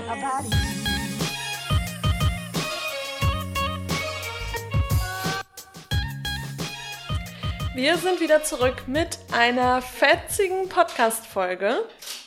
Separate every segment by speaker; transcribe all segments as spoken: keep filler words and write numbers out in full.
Speaker 1: about you.
Speaker 2: Wir sind wieder zurück mit einer fetzigen Podcast-Folge.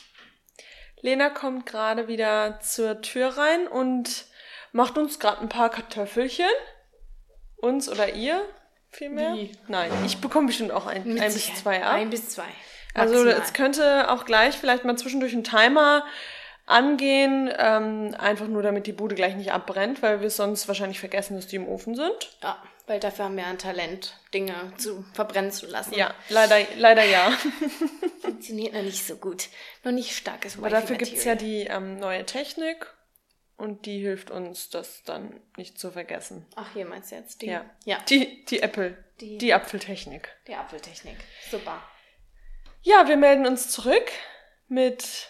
Speaker 2: Lena kommt gerade wieder zur Tür rein und macht uns gerade ein paar Kartoffelchen. Uns oder ihr vielmehr?
Speaker 3: Wie?
Speaker 2: Nein, ich bekomme bestimmt auch ein, ein bis
Speaker 3: Sicherheit.
Speaker 2: zwei ab.
Speaker 3: Ein bis zwei.
Speaker 2: Also
Speaker 3: Maximal.
Speaker 2: es könnte auch gleich vielleicht mal zwischendurch einen Timer angehen, ähm, einfach nur damit die Bude gleich nicht abbrennt, weil wir sonst wahrscheinlich vergessen, dass die im Ofen sind.
Speaker 3: Ja, weil dafür haben wir ein Talent, Dinge zu verbrennen zu lassen.
Speaker 2: Ja, leider, leider ja.
Speaker 3: Funktioniert noch nicht so gut. Noch nicht starkes
Speaker 2: Aber dafür gibt es ja die ähm, neue Technik und die hilft uns, das dann nicht zu vergessen.
Speaker 3: Ach, hier meinst du jetzt die?
Speaker 2: Ja,
Speaker 3: Ja.
Speaker 2: die, die Apple,
Speaker 3: Die-
Speaker 2: die Apfeltechnik.
Speaker 3: Die Apfeltechnik. Super.
Speaker 2: Ja, wir melden uns zurück mit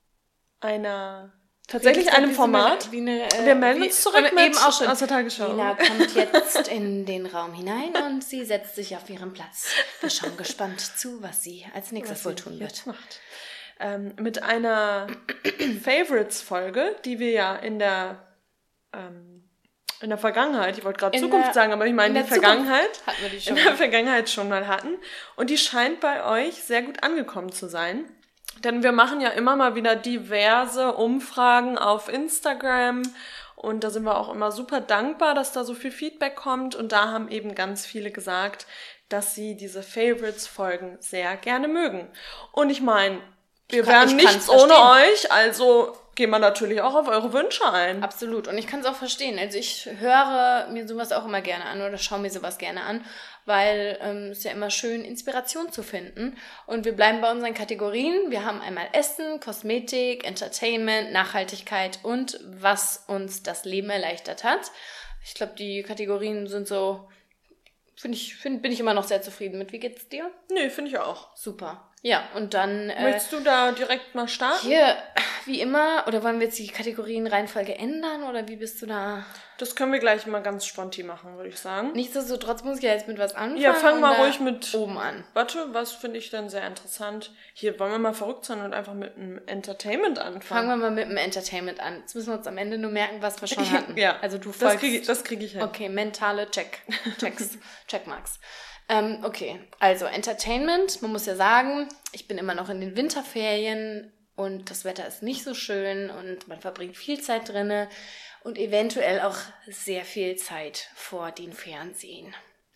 Speaker 2: einer, tatsächlich einem Format.
Speaker 3: Wie eine, äh,
Speaker 2: Wir melden
Speaker 3: wie,
Speaker 2: uns zurück
Speaker 3: aber
Speaker 2: mit
Speaker 3: eben auch schon.
Speaker 2: aus der Tagesschau.
Speaker 3: Lena kommt jetzt in den Raum hinein und sie setzt sich auf ihren Platz. Wir schauen gespannt zu, was sie als nächstes wohl tun wird.
Speaker 2: jetzt macht. Ähm, mit einer Favorites-Folge, die wir ja in der ähm, in der Vergangenheit, ich wollte gerade
Speaker 3: In
Speaker 2: Zukunft
Speaker 3: der-
Speaker 2: sagen, aber ich meine
Speaker 3: in
Speaker 2: die
Speaker 3: der Zukunft
Speaker 2: Vergangenheit,
Speaker 3: hatten wir die
Speaker 2: in
Speaker 3: schon.
Speaker 2: der Vergangenheit schon mal hatten. Und die scheint bei euch sehr gut angekommen zu sein. Denn wir machen ja immer mal wieder diverse Umfragen auf Instagram und da sind wir auch immer super dankbar, dass da so viel Feedback kommt. Und da haben eben ganz viele gesagt, dass sie diese Favorites-Folgen sehr gerne mögen. Und ich meine, wir
Speaker 3: kann-
Speaker 2: wären
Speaker 3: ich
Speaker 2: nichts
Speaker 3: kann's
Speaker 2: ohne
Speaker 3: verstehen.
Speaker 2: euch, also gehen wir natürlich auch auf eure Wünsche ein.
Speaker 3: Absolut. Und ich kann es auch verstehen. Also ich höre mir sowas auch immer gerne an oder schaue mir sowas gerne an, weil ähm, es ist ja immer schön, Inspiration zu finden. Und wir bleiben bei unseren Kategorien. Wir haben einmal Essen, Kosmetik, Entertainment, Nachhaltigkeit und was uns das Leben erleichtert hat. Ich glaube, die Kategorien sind so, finde ich, find, bin ich immer noch sehr zufrieden mit. Wie geht's dir?
Speaker 2: Nee, finde ich auch.
Speaker 3: Super. Ja, und dann... Äh,
Speaker 2: Möchtest du da direkt mal starten?
Speaker 3: hier, wie immer, oder wollen wir jetzt die Kategorienreihenfolge ändern oder wie bist du da?
Speaker 2: Das können wir gleich mal ganz spontan machen, würde ich sagen.
Speaker 3: Nichtsdestotrotz muss ich ja jetzt mit was anfangen.
Speaker 2: Ja, fang
Speaker 3: und
Speaker 2: mal
Speaker 3: da
Speaker 2: ruhig mit
Speaker 3: oben an.
Speaker 2: Warte, was finde ich denn sehr interessant? Hier wollen wir mal verrückt sein und einfach mit einem Entertainment anfangen.
Speaker 3: Fangen wir mal mit dem Entertainment an. Jetzt müssen wir uns am Ende nur merken, was wir schon hatten.
Speaker 2: Ja,
Speaker 3: Also du
Speaker 2: das
Speaker 3: folgst.
Speaker 2: kriege ich, das krieg ich hin.
Speaker 3: Okay, mentale Check. Checks. Checkmarks. Ähm, okay, also Entertainment. Man muss ja sagen, ich bin immer noch in den Winterferien und das Wetter ist nicht so schön und man verbringt viel Zeit drinne und eventuell auch sehr viel Zeit vor den Fernsehen.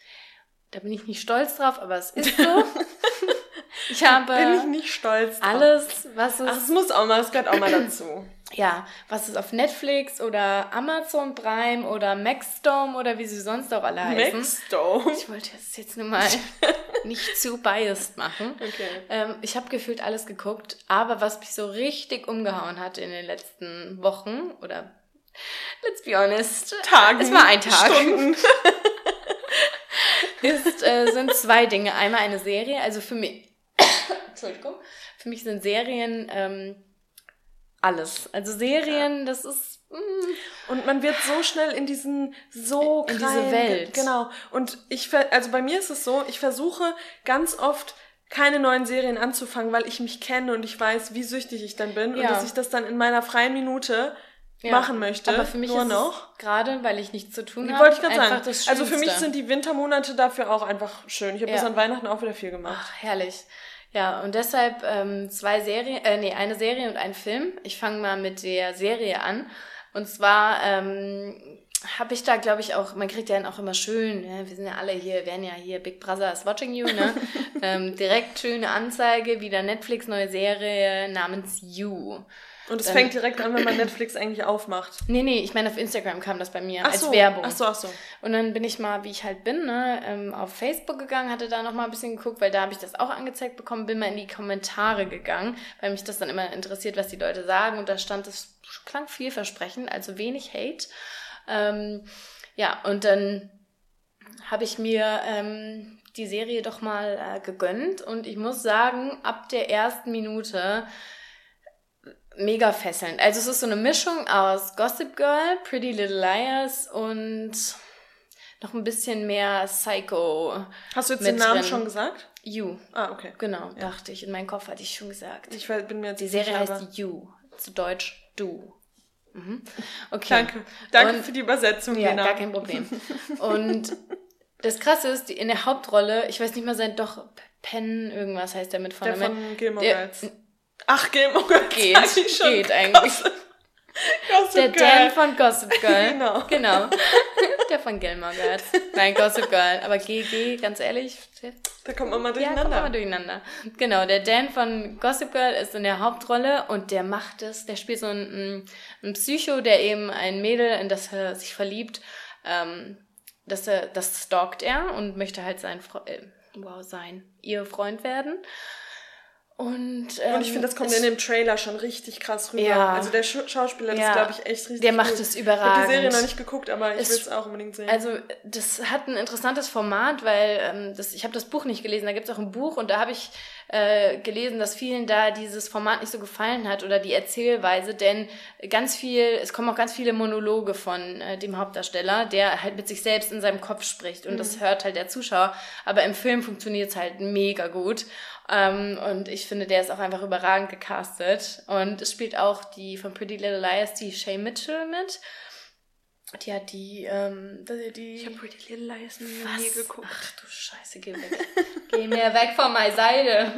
Speaker 3: Da bin ich nicht stolz drauf, aber es ist so. Ich habe
Speaker 2: Bin ich nicht stolz drauf.
Speaker 3: alles, was es
Speaker 2: Ach, es muss auch mal, das gehört auch mal dazu.
Speaker 3: ja, was es auf Netflix oder Amazon Prime oder Maxdome oder wie sie sonst auch alle heißen.
Speaker 2: Maxdome.
Speaker 3: Ich wollte es jetzt nur mal nicht zu biased machen.
Speaker 2: Okay.
Speaker 3: Ähm, ich habe gefühlt alles geguckt, aber was mich so richtig umgehauen hat in den letzten Wochen oder let's be honest,
Speaker 2: Tagen.
Speaker 3: es war ein Tag,
Speaker 2: Stunden.
Speaker 3: ist, äh, sind zwei Dinge. Einmal eine Serie, also für mich, Entschuldigung, für mich sind Serien ähm, alles. Also Serien, das ist mh,
Speaker 2: Und man wird so schnell in diesen so
Speaker 3: In diese
Speaker 2: kleinen-
Speaker 3: Welt.
Speaker 2: Genau. Und ich, ver- also bei mir ist es so, ich versuche ganz oft keine neuen Serien anzufangen, weil ich mich kenne und ich weiß, wie süchtig ich dann bin
Speaker 3: Ja.
Speaker 2: und dass ich das dann in meiner freien Minute
Speaker 3: ja.
Speaker 2: machen möchte.
Speaker 3: Aber für mich
Speaker 2: nur
Speaker 3: ist
Speaker 2: noch.
Speaker 3: es gerade, weil ich nichts zu tun
Speaker 2: Die
Speaker 3: habe,
Speaker 2: wollte ich gerade
Speaker 3: einfach
Speaker 2: sagen.
Speaker 3: das
Speaker 2: Also für mich
Speaker 3: Schönste.
Speaker 2: sind die Wintermonate dafür auch einfach schön. Ich habe
Speaker 3: Ja.
Speaker 2: bis an Weihnachten auch wieder viel gemacht.
Speaker 3: Ach, herrlich. Ja, und deshalb ähm, zwei Serien, äh, nee, eine Serie und ein Film. Ich fange mal mit der Serie an. Und zwar ähm, habe ich da, glaube ich, auch, man kriegt ja dann auch immer schön, ne, wir sind ja alle hier, werden ja hier, Big Brother is watching you, ne? ähm, direkt schöne Anzeige, wieder Netflix, neue Serie namens You.
Speaker 2: Und es
Speaker 3: Dann-
Speaker 2: fängt direkt an, wenn man Netflix eigentlich aufmacht.
Speaker 3: Nee, nee, ich meine, auf Instagram kam das bei mir
Speaker 2: Ach
Speaker 3: als
Speaker 2: so.
Speaker 3: Werbung.
Speaker 2: Ach so, ach so.
Speaker 3: Und dann bin ich mal, wie ich halt bin, ne, ähm, auf Facebook gegangen, hatte da noch mal ein bisschen geguckt, weil da habe ich das auch angezeigt bekommen, bin mal in die Kommentare gegangen, weil mich das dann immer interessiert, was die Leute sagen. Und da stand, es klang vielversprechend, also wenig Hate. Ähm, ja, und dann habe ich mir ähm, die Serie doch mal äh, gegönnt. Und ich muss sagen, ab der ersten Minute mega fesselnd. Also es ist so eine Mischung aus Gossip Girl, Pretty Little Liars und noch ein bisschen mehr Psycho.
Speaker 2: Hast du jetzt
Speaker 3: mit
Speaker 2: den Namen
Speaker 3: drin.
Speaker 2: schon gesagt?
Speaker 3: You.
Speaker 2: Ah, okay.
Speaker 3: Genau, dachte ich. In meinem Kopf hatte ich schon gesagt.
Speaker 2: Ich weiß- bin mir jetzt
Speaker 3: Die
Speaker 2: nicht
Speaker 3: Serie
Speaker 2: sicher, aber-
Speaker 3: heißt You. Zu Deutsch Du. Mhm. Okay.
Speaker 2: Danke. Danke
Speaker 3: und,
Speaker 2: für die Übersetzung,
Speaker 3: ja,
Speaker 2: Lena.
Speaker 3: gar kein Problem. Und das Krasse ist, die, in der Hauptrolle, ich weiß nicht mal sein, doch Penn irgendwas heißt der mit vorne.
Speaker 2: Der von Gilmore
Speaker 3: der,
Speaker 2: Girls. Ach, Gilmore Girls.
Speaker 3: Geht,
Speaker 2: ich schon.
Speaker 3: geht eigentlich.
Speaker 2: Gossip, Gossip
Speaker 3: der
Speaker 2: Girl.
Speaker 3: Dan von Gossip Girl.
Speaker 2: Genau.
Speaker 3: Genau. Der von Gilmore Girls. Nein, Gossip Girl. Aber G G, ganz ehrlich.
Speaker 2: Da kommt man mal durcheinander.
Speaker 3: Ja, kommt man mal durcheinander. Genau, der Dan von Gossip Girl ist in der Hauptrolle und der macht es, der spielt so einen, einen Psycho, der eben ein Mädel, in das er sich verliebt, ähm, das, er, das stalkt er und möchte halt sein, Fre- äh, wow, sein, ihr Freund werden. Und, ähm,
Speaker 2: und ich finde, das kommt in dem Trailer schon richtig krass rüber.
Speaker 3: Ja.
Speaker 2: Also der Sch- Schauspieler, das
Speaker 3: Ja.
Speaker 2: glaube ich echt richtig
Speaker 3: Der macht
Speaker 2: gut.
Speaker 3: es
Speaker 2: Ich habe
Speaker 3: überragend.
Speaker 2: die Serie noch nicht geguckt, aber ich
Speaker 3: Es-
Speaker 2: will es auch unbedingt sehen.
Speaker 3: Also das hat ein interessantes Format, weil ähm, das, ich habe das Buch nicht gelesen, da gibt es auch ein Buch und da habe ich äh, gelesen, dass vielen da dieses Format nicht so gefallen hat oder die Erzählweise, denn ganz viel, es kommen auch ganz viele Monologe von äh, dem Hauptdarsteller, der halt mit sich selbst in seinem Kopf spricht und mhm. das hört halt der Zuschauer, aber im Film funktioniert es halt mega gut. Um, und ich finde, der ist auch einfach überragend gecastet. Und es spielt auch die von Pretty Little Liars, die Shay Mitchell mit. Die hat die, ähm, die, die
Speaker 2: ich habe Pretty Little Liars nie,
Speaker 3: was?
Speaker 2: nie geguckt.
Speaker 3: Ach du Scheiße, geh weg. Geh mir weg von meiner Seite.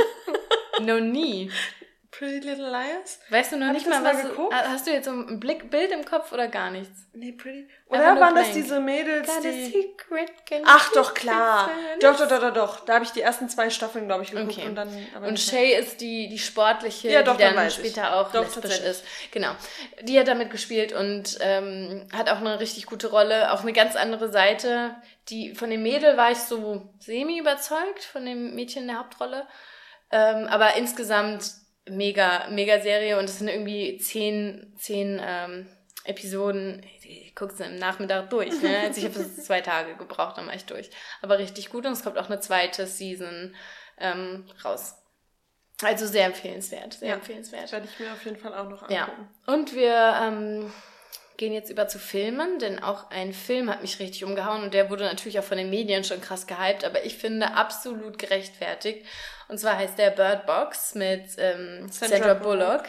Speaker 3: Noch nie.
Speaker 2: Pretty Little Liars?
Speaker 3: Weißt du noch
Speaker 2: Hab
Speaker 3: nicht
Speaker 2: ich das
Speaker 3: mal,
Speaker 2: mal
Speaker 3: was
Speaker 2: geguckt?
Speaker 3: Hast du jetzt so ein Blick, Bild im Kopf oder gar nichts?
Speaker 2: Nee, Pretty...
Speaker 3: Einfach
Speaker 2: Oder
Speaker 3: nur
Speaker 2: waren das
Speaker 3: blank.
Speaker 2: diese Mädels,
Speaker 3: Got a
Speaker 2: die...
Speaker 3: secret, can
Speaker 2: Ach,
Speaker 3: you
Speaker 2: doch, klar.
Speaker 3: secret?
Speaker 2: Doch, doch, doch, doch, doch. Da habe ich die ersten zwei Staffeln, glaube ich, geguckt.
Speaker 3: Okay.
Speaker 2: Und dann... Aber
Speaker 3: Und
Speaker 2: nicht
Speaker 3: Shay ist die, die sportliche,
Speaker 2: Ja, doch,
Speaker 3: die
Speaker 2: dann
Speaker 3: dann
Speaker 2: weiß ich.
Speaker 3: später auch
Speaker 2: Doch,
Speaker 3: lesbisch
Speaker 2: tatsächlich.
Speaker 3: ist. Genau. Die hat damit gespielt und ähm, hat auch eine richtig gute Rolle, auch eine ganz andere Seite. Die von dem Mädel war ich so semi überzeugt, von dem Mädchen in der Hauptrolle. Ähm, aber insgesamt mega, mega Serie und es sind irgendwie zehn, zehn ähm, Episoden. Ich guck's am Nachmittag durch, ne? Also ich habe das zwei Tage gebraucht, dann war ich durch. Aber richtig gut und es kommt auch eine zweite Season ähm, raus. Also sehr empfehlenswert, sehr
Speaker 2: Ja,
Speaker 3: empfehlenswert.
Speaker 2: werde ich mir auf jeden Fall auch noch angucken.
Speaker 3: Ja. Und wir ähm, gehen jetzt über zu Filmen, denn auch ein Film hat mich richtig umgehauen und der wurde natürlich auch von den Medien schon krass gehypt, aber ich finde absolut gerechtfertigt. Und zwar heißt der Bird Box mit ähm, Sandra, Sandra Bullock.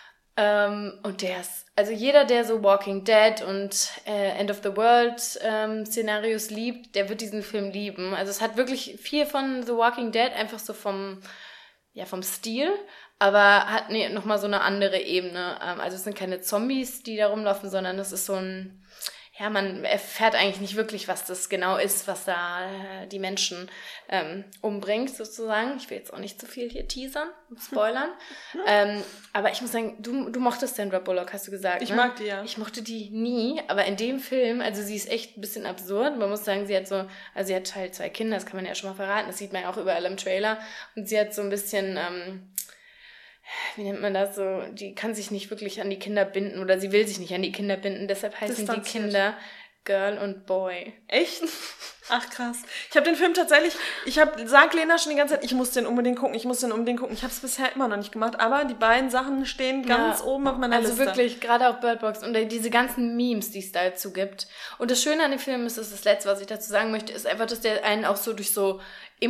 Speaker 3: Ähm, und der ist, also jeder, der so Walking Dead und äh, End of the World ähm, Szenarios liebt, der wird diesen Film lieben. Also es hat wirklich viel von The Walking Dead, einfach so vom, ja, vom Stil, aber hat nee, nochmal so eine andere Ebene. Ähm, also es sind keine Zombies, die da rumlaufen, sondern es ist so ein, ja, man erfährt eigentlich nicht wirklich, was das genau ist, was da äh, die Menschen ähm, umbringt, sozusagen. Ich will jetzt auch nicht zu viel hier teasern und spoilern. ähm, aber ich muss sagen, du, du mochtest Sandra Bullock, hast du gesagt,
Speaker 2: Ich
Speaker 3: ne?
Speaker 2: mag die, ja.
Speaker 3: Ich mochte die nie, aber in dem Film, also sie ist echt ein bisschen absurd. Man muss sagen, sie hat so, also sie hat halt zwei Kinder, das kann man ja schon mal verraten, das sieht man ja auch überall im Trailer. Und sie hat so ein bisschen... Ähm, wie nennt man das so, die kann sich nicht wirklich an die Kinder binden oder sie will sich nicht an die Kinder binden, deshalb heißen die Kinder Girl und Boy.
Speaker 2: Echt? Ach krass. Ich habe den Film tatsächlich, ich habe, sag Lena schon die ganze Zeit, ich muss den unbedingt gucken, ich muss den unbedingt gucken. Ich habe es bisher immer noch nicht gemacht, aber die beiden Sachen stehen ganz
Speaker 3: ja,
Speaker 2: oben auf meiner
Speaker 3: also
Speaker 2: Liste.
Speaker 3: Also wirklich, gerade auch Bird Box und diese ganzen Memes, die es dazu gibt. Und das Schöne an dem Film ist, das, ist das Letzte, was ich dazu sagen möchte, ist einfach, dass der einen auch so durch so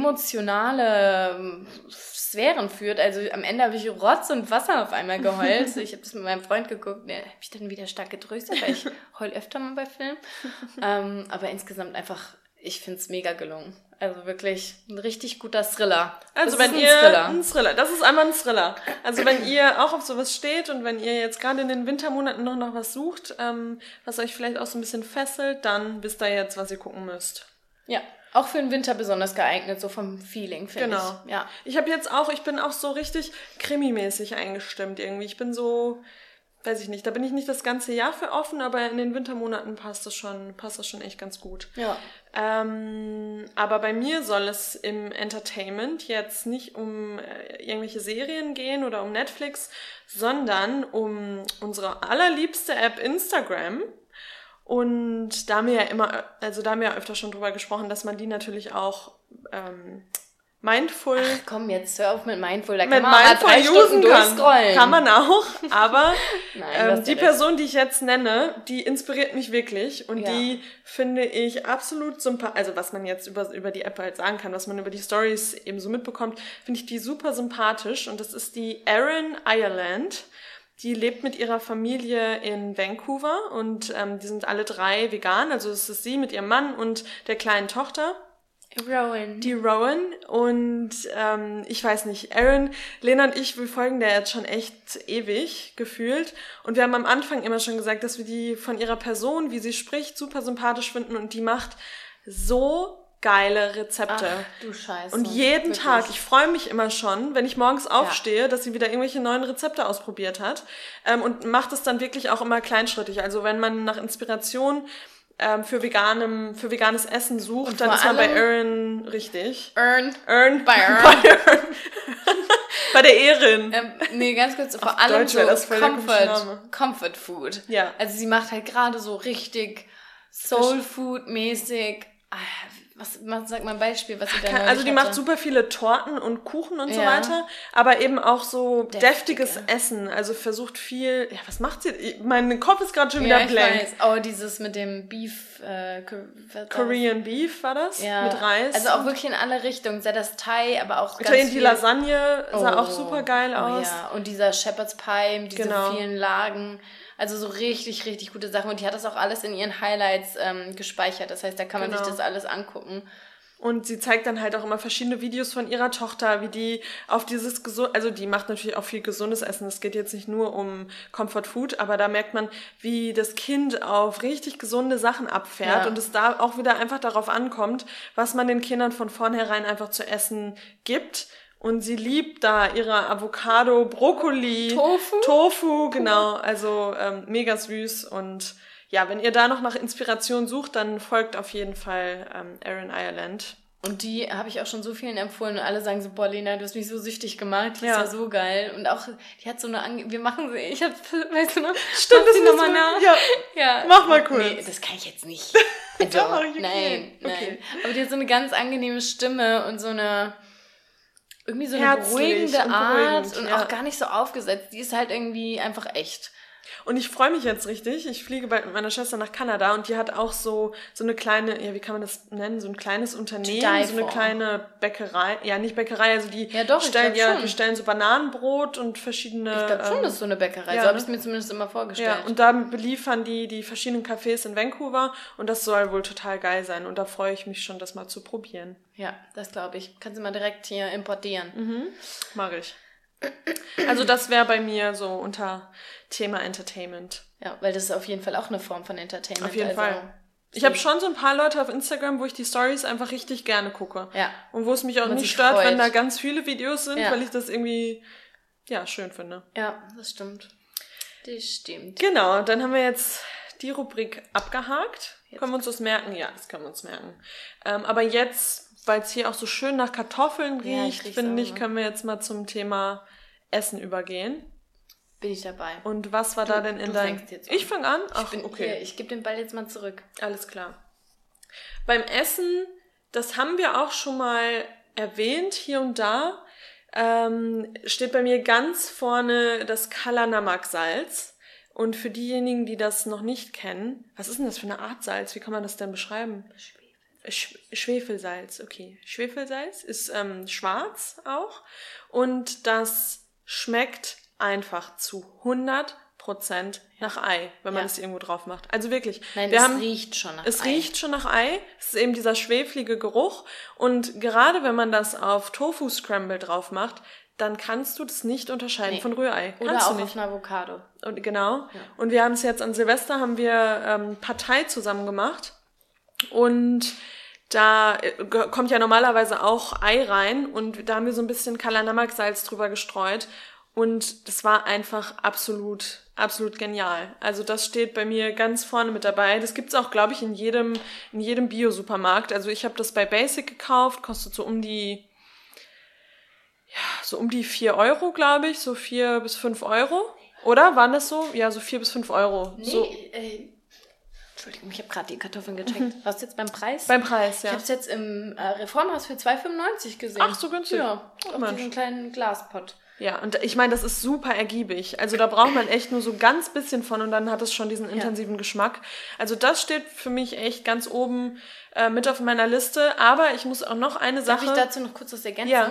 Speaker 3: emotionale Sphären führt. Also am Ende habe ich Rotz und Wasser auf einmal geheult. Ich habe das mit meinem Freund geguckt, der hat mich dann wieder stark getröstet, weil ich heul öfter mal bei Filmen. ähm, aber insgesamt einfach, ich finde es mega gelungen. Also wirklich ein richtig guter Thriller.
Speaker 2: Also
Speaker 3: das
Speaker 2: wenn
Speaker 3: ist
Speaker 2: ihr,
Speaker 3: ein Thriller.
Speaker 2: ein Thriller, das ist einmal ein Thriller. Also wenn ihr auch auf sowas steht und wenn ihr jetzt gerade in den Wintermonaten noch nach was sucht, ähm, was euch vielleicht auch so ein bisschen fesselt, dann wisst ihr jetzt, was ihr gucken müsst.
Speaker 3: Ja. Auch für den Winter besonders geeignet, so vom Feeling, finde
Speaker 2: genau.
Speaker 3: ich. Ja.
Speaker 2: Ich habe jetzt auch, ich bin auch so richtig krimimäßig eingestimmt irgendwie. Ich bin so, weiß ich nicht, da bin ich nicht das ganze Jahr für offen, aber in den Wintermonaten passt das schon, passt das schon echt ganz gut.
Speaker 3: Ja.
Speaker 2: Ähm, aber bei mir soll es im Entertainment jetzt nicht um äh, irgendwelche Serien gehen oder um Netflix, sondern um unsere allerliebste App Instagram. Und da haben wir ja immer, also da haben wir ja öfter schon drüber gesprochen, dass man die natürlich auch ähm, mindful...
Speaker 3: Ach komm, jetzt hör auf mit Mindful, da kann
Speaker 2: mit
Speaker 3: man mal drei Stunden durchscrollen.
Speaker 2: Kann. kann man auch, aber
Speaker 3: Nein,
Speaker 2: ähm, die Person, die ich jetzt nenne, die inspiriert mich wirklich und ja. die finde ich absolut sympathisch, also was man jetzt über, über die App halt sagen kann, was man über die Stories eben so mitbekommt, finde ich die super sympathisch und das ist die Erin Ireland. Die lebt mit ihrer Familie in Vancouver und ähm, die sind alle drei vegan. Also es ist sie mit ihrem Mann und der kleinen Tochter.
Speaker 3: Rowan.
Speaker 2: Die Rowan. Und ähm, ich weiß nicht, Aaron, Lena und ich, wir folgen der jetzt schon echt ewig gefühlt. Und wir haben am Anfang immer schon gesagt, dass wir die von ihrer Person, wie sie spricht, super sympathisch finden. Und die macht so geile Rezepte.
Speaker 3: Ach, du Scheiße.
Speaker 2: Und jeden
Speaker 3: Wirklich.
Speaker 2: Tag, ich freue mich immer schon, wenn ich morgens aufstehe, ja. dass sie wieder irgendwelche neuen Rezepte ausprobiert hat. Ähm, und macht es dann wirklich auch immer kleinschrittig. Also wenn man nach Inspiration ähm, für veganem, für veganes Essen sucht, und dann ist man bei Erin richtig.
Speaker 3: Earn.
Speaker 2: Earn.
Speaker 3: Bei Earn.
Speaker 2: Bei, Earn. Bei der Erin.
Speaker 3: Ähm, nee, ganz kurz, vor
Speaker 2: Auf
Speaker 3: allem
Speaker 2: Deutsch
Speaker 3: so
Speaker 2: das voll
Speaker 3: Comfort, Comfort Food.
Speaker 2: Ja.
Speaker 3: Also sie macht halt gerade so richtig Soul Food mäßig. Was, was sag mal ein Beispiel, was sie da
Speaker 2: Also die
Speaker 3: hatte.
Speaker 2: macht super viele Torten und Kuchen und
Speaker 3: ja.
Speaker 2: so weiter, aber eben auch so
Speaker 3: Deftige.
Speaker 2: deftiges Essen. Also versucht viel, ja, was macht sie? Mein Kopf ist gerade schon
Speaker 3: ja,
Speaker 2: wieder blank.
Speaker 3: Ich weiß. Oh, dieses mit dem Beef, äh,
Speaker 2: Korean Beef war das?
Speaker 3: Ja.
Speaker 2: Mit Reis.
Speaker 3: Also auch wirklich in alle Richtungen. Sei das Thai, aber auch ganz
Speaker 2: Italien,
Speaker 3: viel.
Speaker 2: die Lasagne sah
Speaker 3: oh.
Speaker 2: auch super geil
Speaker 3: oh,
Speaker 2: aus.
Speaker 3: Ja, und dieser Shepherd's Pie, diese
Speaker 2: genau.
Speaker 3: vielen Lagen. Also so richtig, richtig gute Sachen. Und die hat das auch alles in ihren Highlights ähm, gespeichert. Das heißt, da kann man
Speaker 2: genau.
Speaker 3: sich das alles angucken.
Speaker 2: Und sie zeigt dann halt auch immer verschiedene Videos von ihrer Tochter, wie die auf dieses gesund, also die macht natürlich auch viel gesundes Essen. Es geht jetzt nicht nur um Comfort Food, aber da merkt man, wie das Kind auf richtig gesunde Sachen abfährt
Speaker 3: ja.
Speaker 2: und es da auch wieder einfach darauf ankommt, was man den Kindern von vornherein einfach zu essen gibt. Und sie liebt da ihre Avocado, Brokkoli,
Speaker 3: Tofu,
Speaker 2: Tofu, genau, also ähm, mega süß. Und ja, wenn ihr da noch nach Inspiration sucht, dann folgt auf jeden Fall ähm, Erin Ireland.
Speaker 3: Und die habe ich auch schon so vielen empfohlen und alle sagen so, boah Lena, du hast mich so süchtig gemacht, die
Speaker 2: ja.
Speaker 3: ist ja so geil. Und auch, die hat so eine, Ange- wir machen sie, ich hab, weißt du noch?
Speaker 2: Stimmt, das
Speaker 3: ist
Speaker 2: nochmal
Speaker 3: nach.
Speaker 2: Ja.
Speaker 3: ja,
Speaker 2: mach mal kurz.
Speaker 3: Nee, das kann ich jetzt nicht.
Speaker 2: Also, Doch, okay.
Speaker 3: Nein, nein.
Speaker 2: Okay.
Speaker 3: Aber die hat so eine ganz angenehme Stimme und so eine, irgendwie so eine
Speaker 2: Herzlich
Speaker 3: beruhigende
Speaker 2: und
Speaker 3: Art
Speaker 2: beruhigend,
Speaker 3: und
Speaker 2: ja.
Speaker 3: auch gar nicht so aufgesetzt. Die ist halt irgendwie einfach echt.
Speaker 2: Und ich freue mich jetzt richtig. Ich fliege bald mit meiner Schwester nach Kanada und die hat auch so so eine kleine, ja, wie kann man das nennen, so ein kleines Unternehmen, so eine
Speaker 3: for.
Speaker 2: kleine Bäckerei, ja, nicht Bäckerei, also die
Speaker 3: Ja, doch, ich
Speaker 2: stellen
Speaker 3: glaub
Speaker 2: ja,
Speaker 3: schon.
Speaker 2: die stellen so Bananenbrot und verschiedene
Speaker 3: Ich glaube schon,
Speaker 2: ähm,
Speaker 3: das ist so eine Bäckerei.
Speaker 2: ja,
Speaker 3: so habe
Speaker 2: ne?
Speaker 3: ich es mir zumindest immer vorgestellt.
Speaker 2: Ja, und da beliefern die die verschiedenen Cafés in Vancouver und das soll wohl total geil sein und da freue ich mich schon, das mal zu probieren.
Speaker 3: Ja, das glaube ich. Kannst du mal direkt hier importieren.
Speaker 2: Mhm, mag ich. Also das wäre bei mir so unter Thema Entertainment.
Speaker 3: Ja, weil das ist auf jeden Fall auch eine Form von Entertainment.
Speaker 2: Auf jeden
Speaker 3: also,
Speaker 2: Fall. Ich habe schon so ein paar Leute auf Instagram, wo ich die Stories einfach richtig gerne gucke.
Speaker 3: Ja.
Speaker 2: Und wo es mich auch
Speaker 3: Man
Speaker 2: nicht
Speaker 3: sich
Speaker 2: stört,
Speaker 3: freut.
Speaker 2: wenn da ganz viele Videos sind,
Speaker 3: Ja.
Speaker 2: weil ich das irgendwie, ja, schön finde.
Speaker 3: Ja, das stimmt. Das stimmt.
Speaker 2: Genau, dann haben wir jetzt die Rubrik abgehakt.
Speaker 3: Jetzt.
Speaker 2: Können wir uns das merken? Ja, das können wir uns merken. Ähm, aber jetzt, weil es hier auch so schön nach Kartoffeln
Speaker 3: Ja, ich
Speaker 2: riecht,
Speaker 3: riech's
Speaker 2: finde
Speaker 3: auch,
Speaker 2: ich,
Speaker 3: ne?
Speaker 2: können wir jetzt mal zum Thema Essen übergehen.
Speaker 3: Bin ich dabei.
Speaker 2: Und was war
Speaker 3: Du-
Speaker 2: da denn in
Speaker 3: du
Speaker 2: deinem...
Speaker 3: fängst jetzt an.
Speaker 2: Ich fange an? Ach,
Speaker 3: ich bin,
Speaker 2: okay.
Speaker 3: Hier, ich gebe den Ball jetzt mal zurück.
Speaker 2: Alles klar. Beim Essen, das haben wir auch schon mal erwähnt, hier und da, ähm, steht bei mir ganz vorne das Kalanamak-Salz. Und für diejenigen, die das noch nicht kennen, was ist denn das für eine Art Salz? Wie kann man das denn beschreiben? Sch- Schwefelsalz, okay. Schwefelsalz ist ähm, schwarz auch und das schmeckt einfach zu hundert Prozent nach Ei, wenn man
Speaker 3: Ja.
Speaker 2: es irgendwo drauf macht. Also wirklich.
Speaker 3: Nein,
Speaker 2: wir
Speaker 3: es
Speaker 2: haben,
Speaker 3: riecht schon nach
Speaker 2: Es
Speaker 3: Ei.
Speaker 2: riecht schon nach Ei. Es ist eben dieser schweflige Geruch. Und gerade wenn man das auf Tofu-Scramble drauf macht, dann kannst du das nicht unterscheiden
Speaker 3: Nee.
Speaker 2: von Rührei.
Speaker 3: Oder
Speaker 2: kannst
Speaker 3: auch
Speaker 2: du nicht.
Speaker 3: auf einer Avocado.
Speaker 2: Und genau.
Speaker 3: Ja.
Speaker 2: Und wir haben es jetzt an Silvester, haben wir ähm, Partei zusammen gemacht. Und da äh, ge- kommt ja normalerweise auch Ei rein. Und da haben wir so ein bisschen Kalanamak-Salz drüber gestreut. Und das war einfach absolut, absolut genial. Also das steht bei mir ganz vorne mit dabei. Das gibt's auch, glaube ich, in jedem, in jedem Bio-Supermarkt. Also ich habe das bei Basic gekauft, kostet so um die, ja, so um die vier Euro, glaube ich, so vier bis fünf Euro. Oder? Waren das so? Ja, so vier bis fünf Euro.
Speaker 3: Nee,
Speaker 2: So
Speaker 3: äh, Entschuldigung, ich habe gerade die Kartoffeln gecheckt. Was jetzt beim Preis?
Speaker 2: beim Preis,
Speaker 3: Ich
Speaker 2: ja.
Speaker 3: habe es jetzt im äh, Reformhaus für zwei fünfundneunzig gesehen.
Speaker 2: Ach, so günstig.
Speaker 3: Ja,
Speaker 2: Oh,
Speaker 3: auf
Speaker 2: Mensch.
Speaker 3: diesem kleinen Glaspott.
Speaker 2: Ja, und ich meine, das ist super ergiebig. Also da braucht man echt nur so ganz bisschen von und dann hat es schon diesen intensiven Geschmack. Also das steht für mich echt ganz oben äh, mit auf meiner Liste. Aber ich muss auch noch eine
Speaker 3: Darf
Speaker 2: Sache...
Speaker 3: ich dazu noch kurz was ergänzen?
Speaker 2: Ja.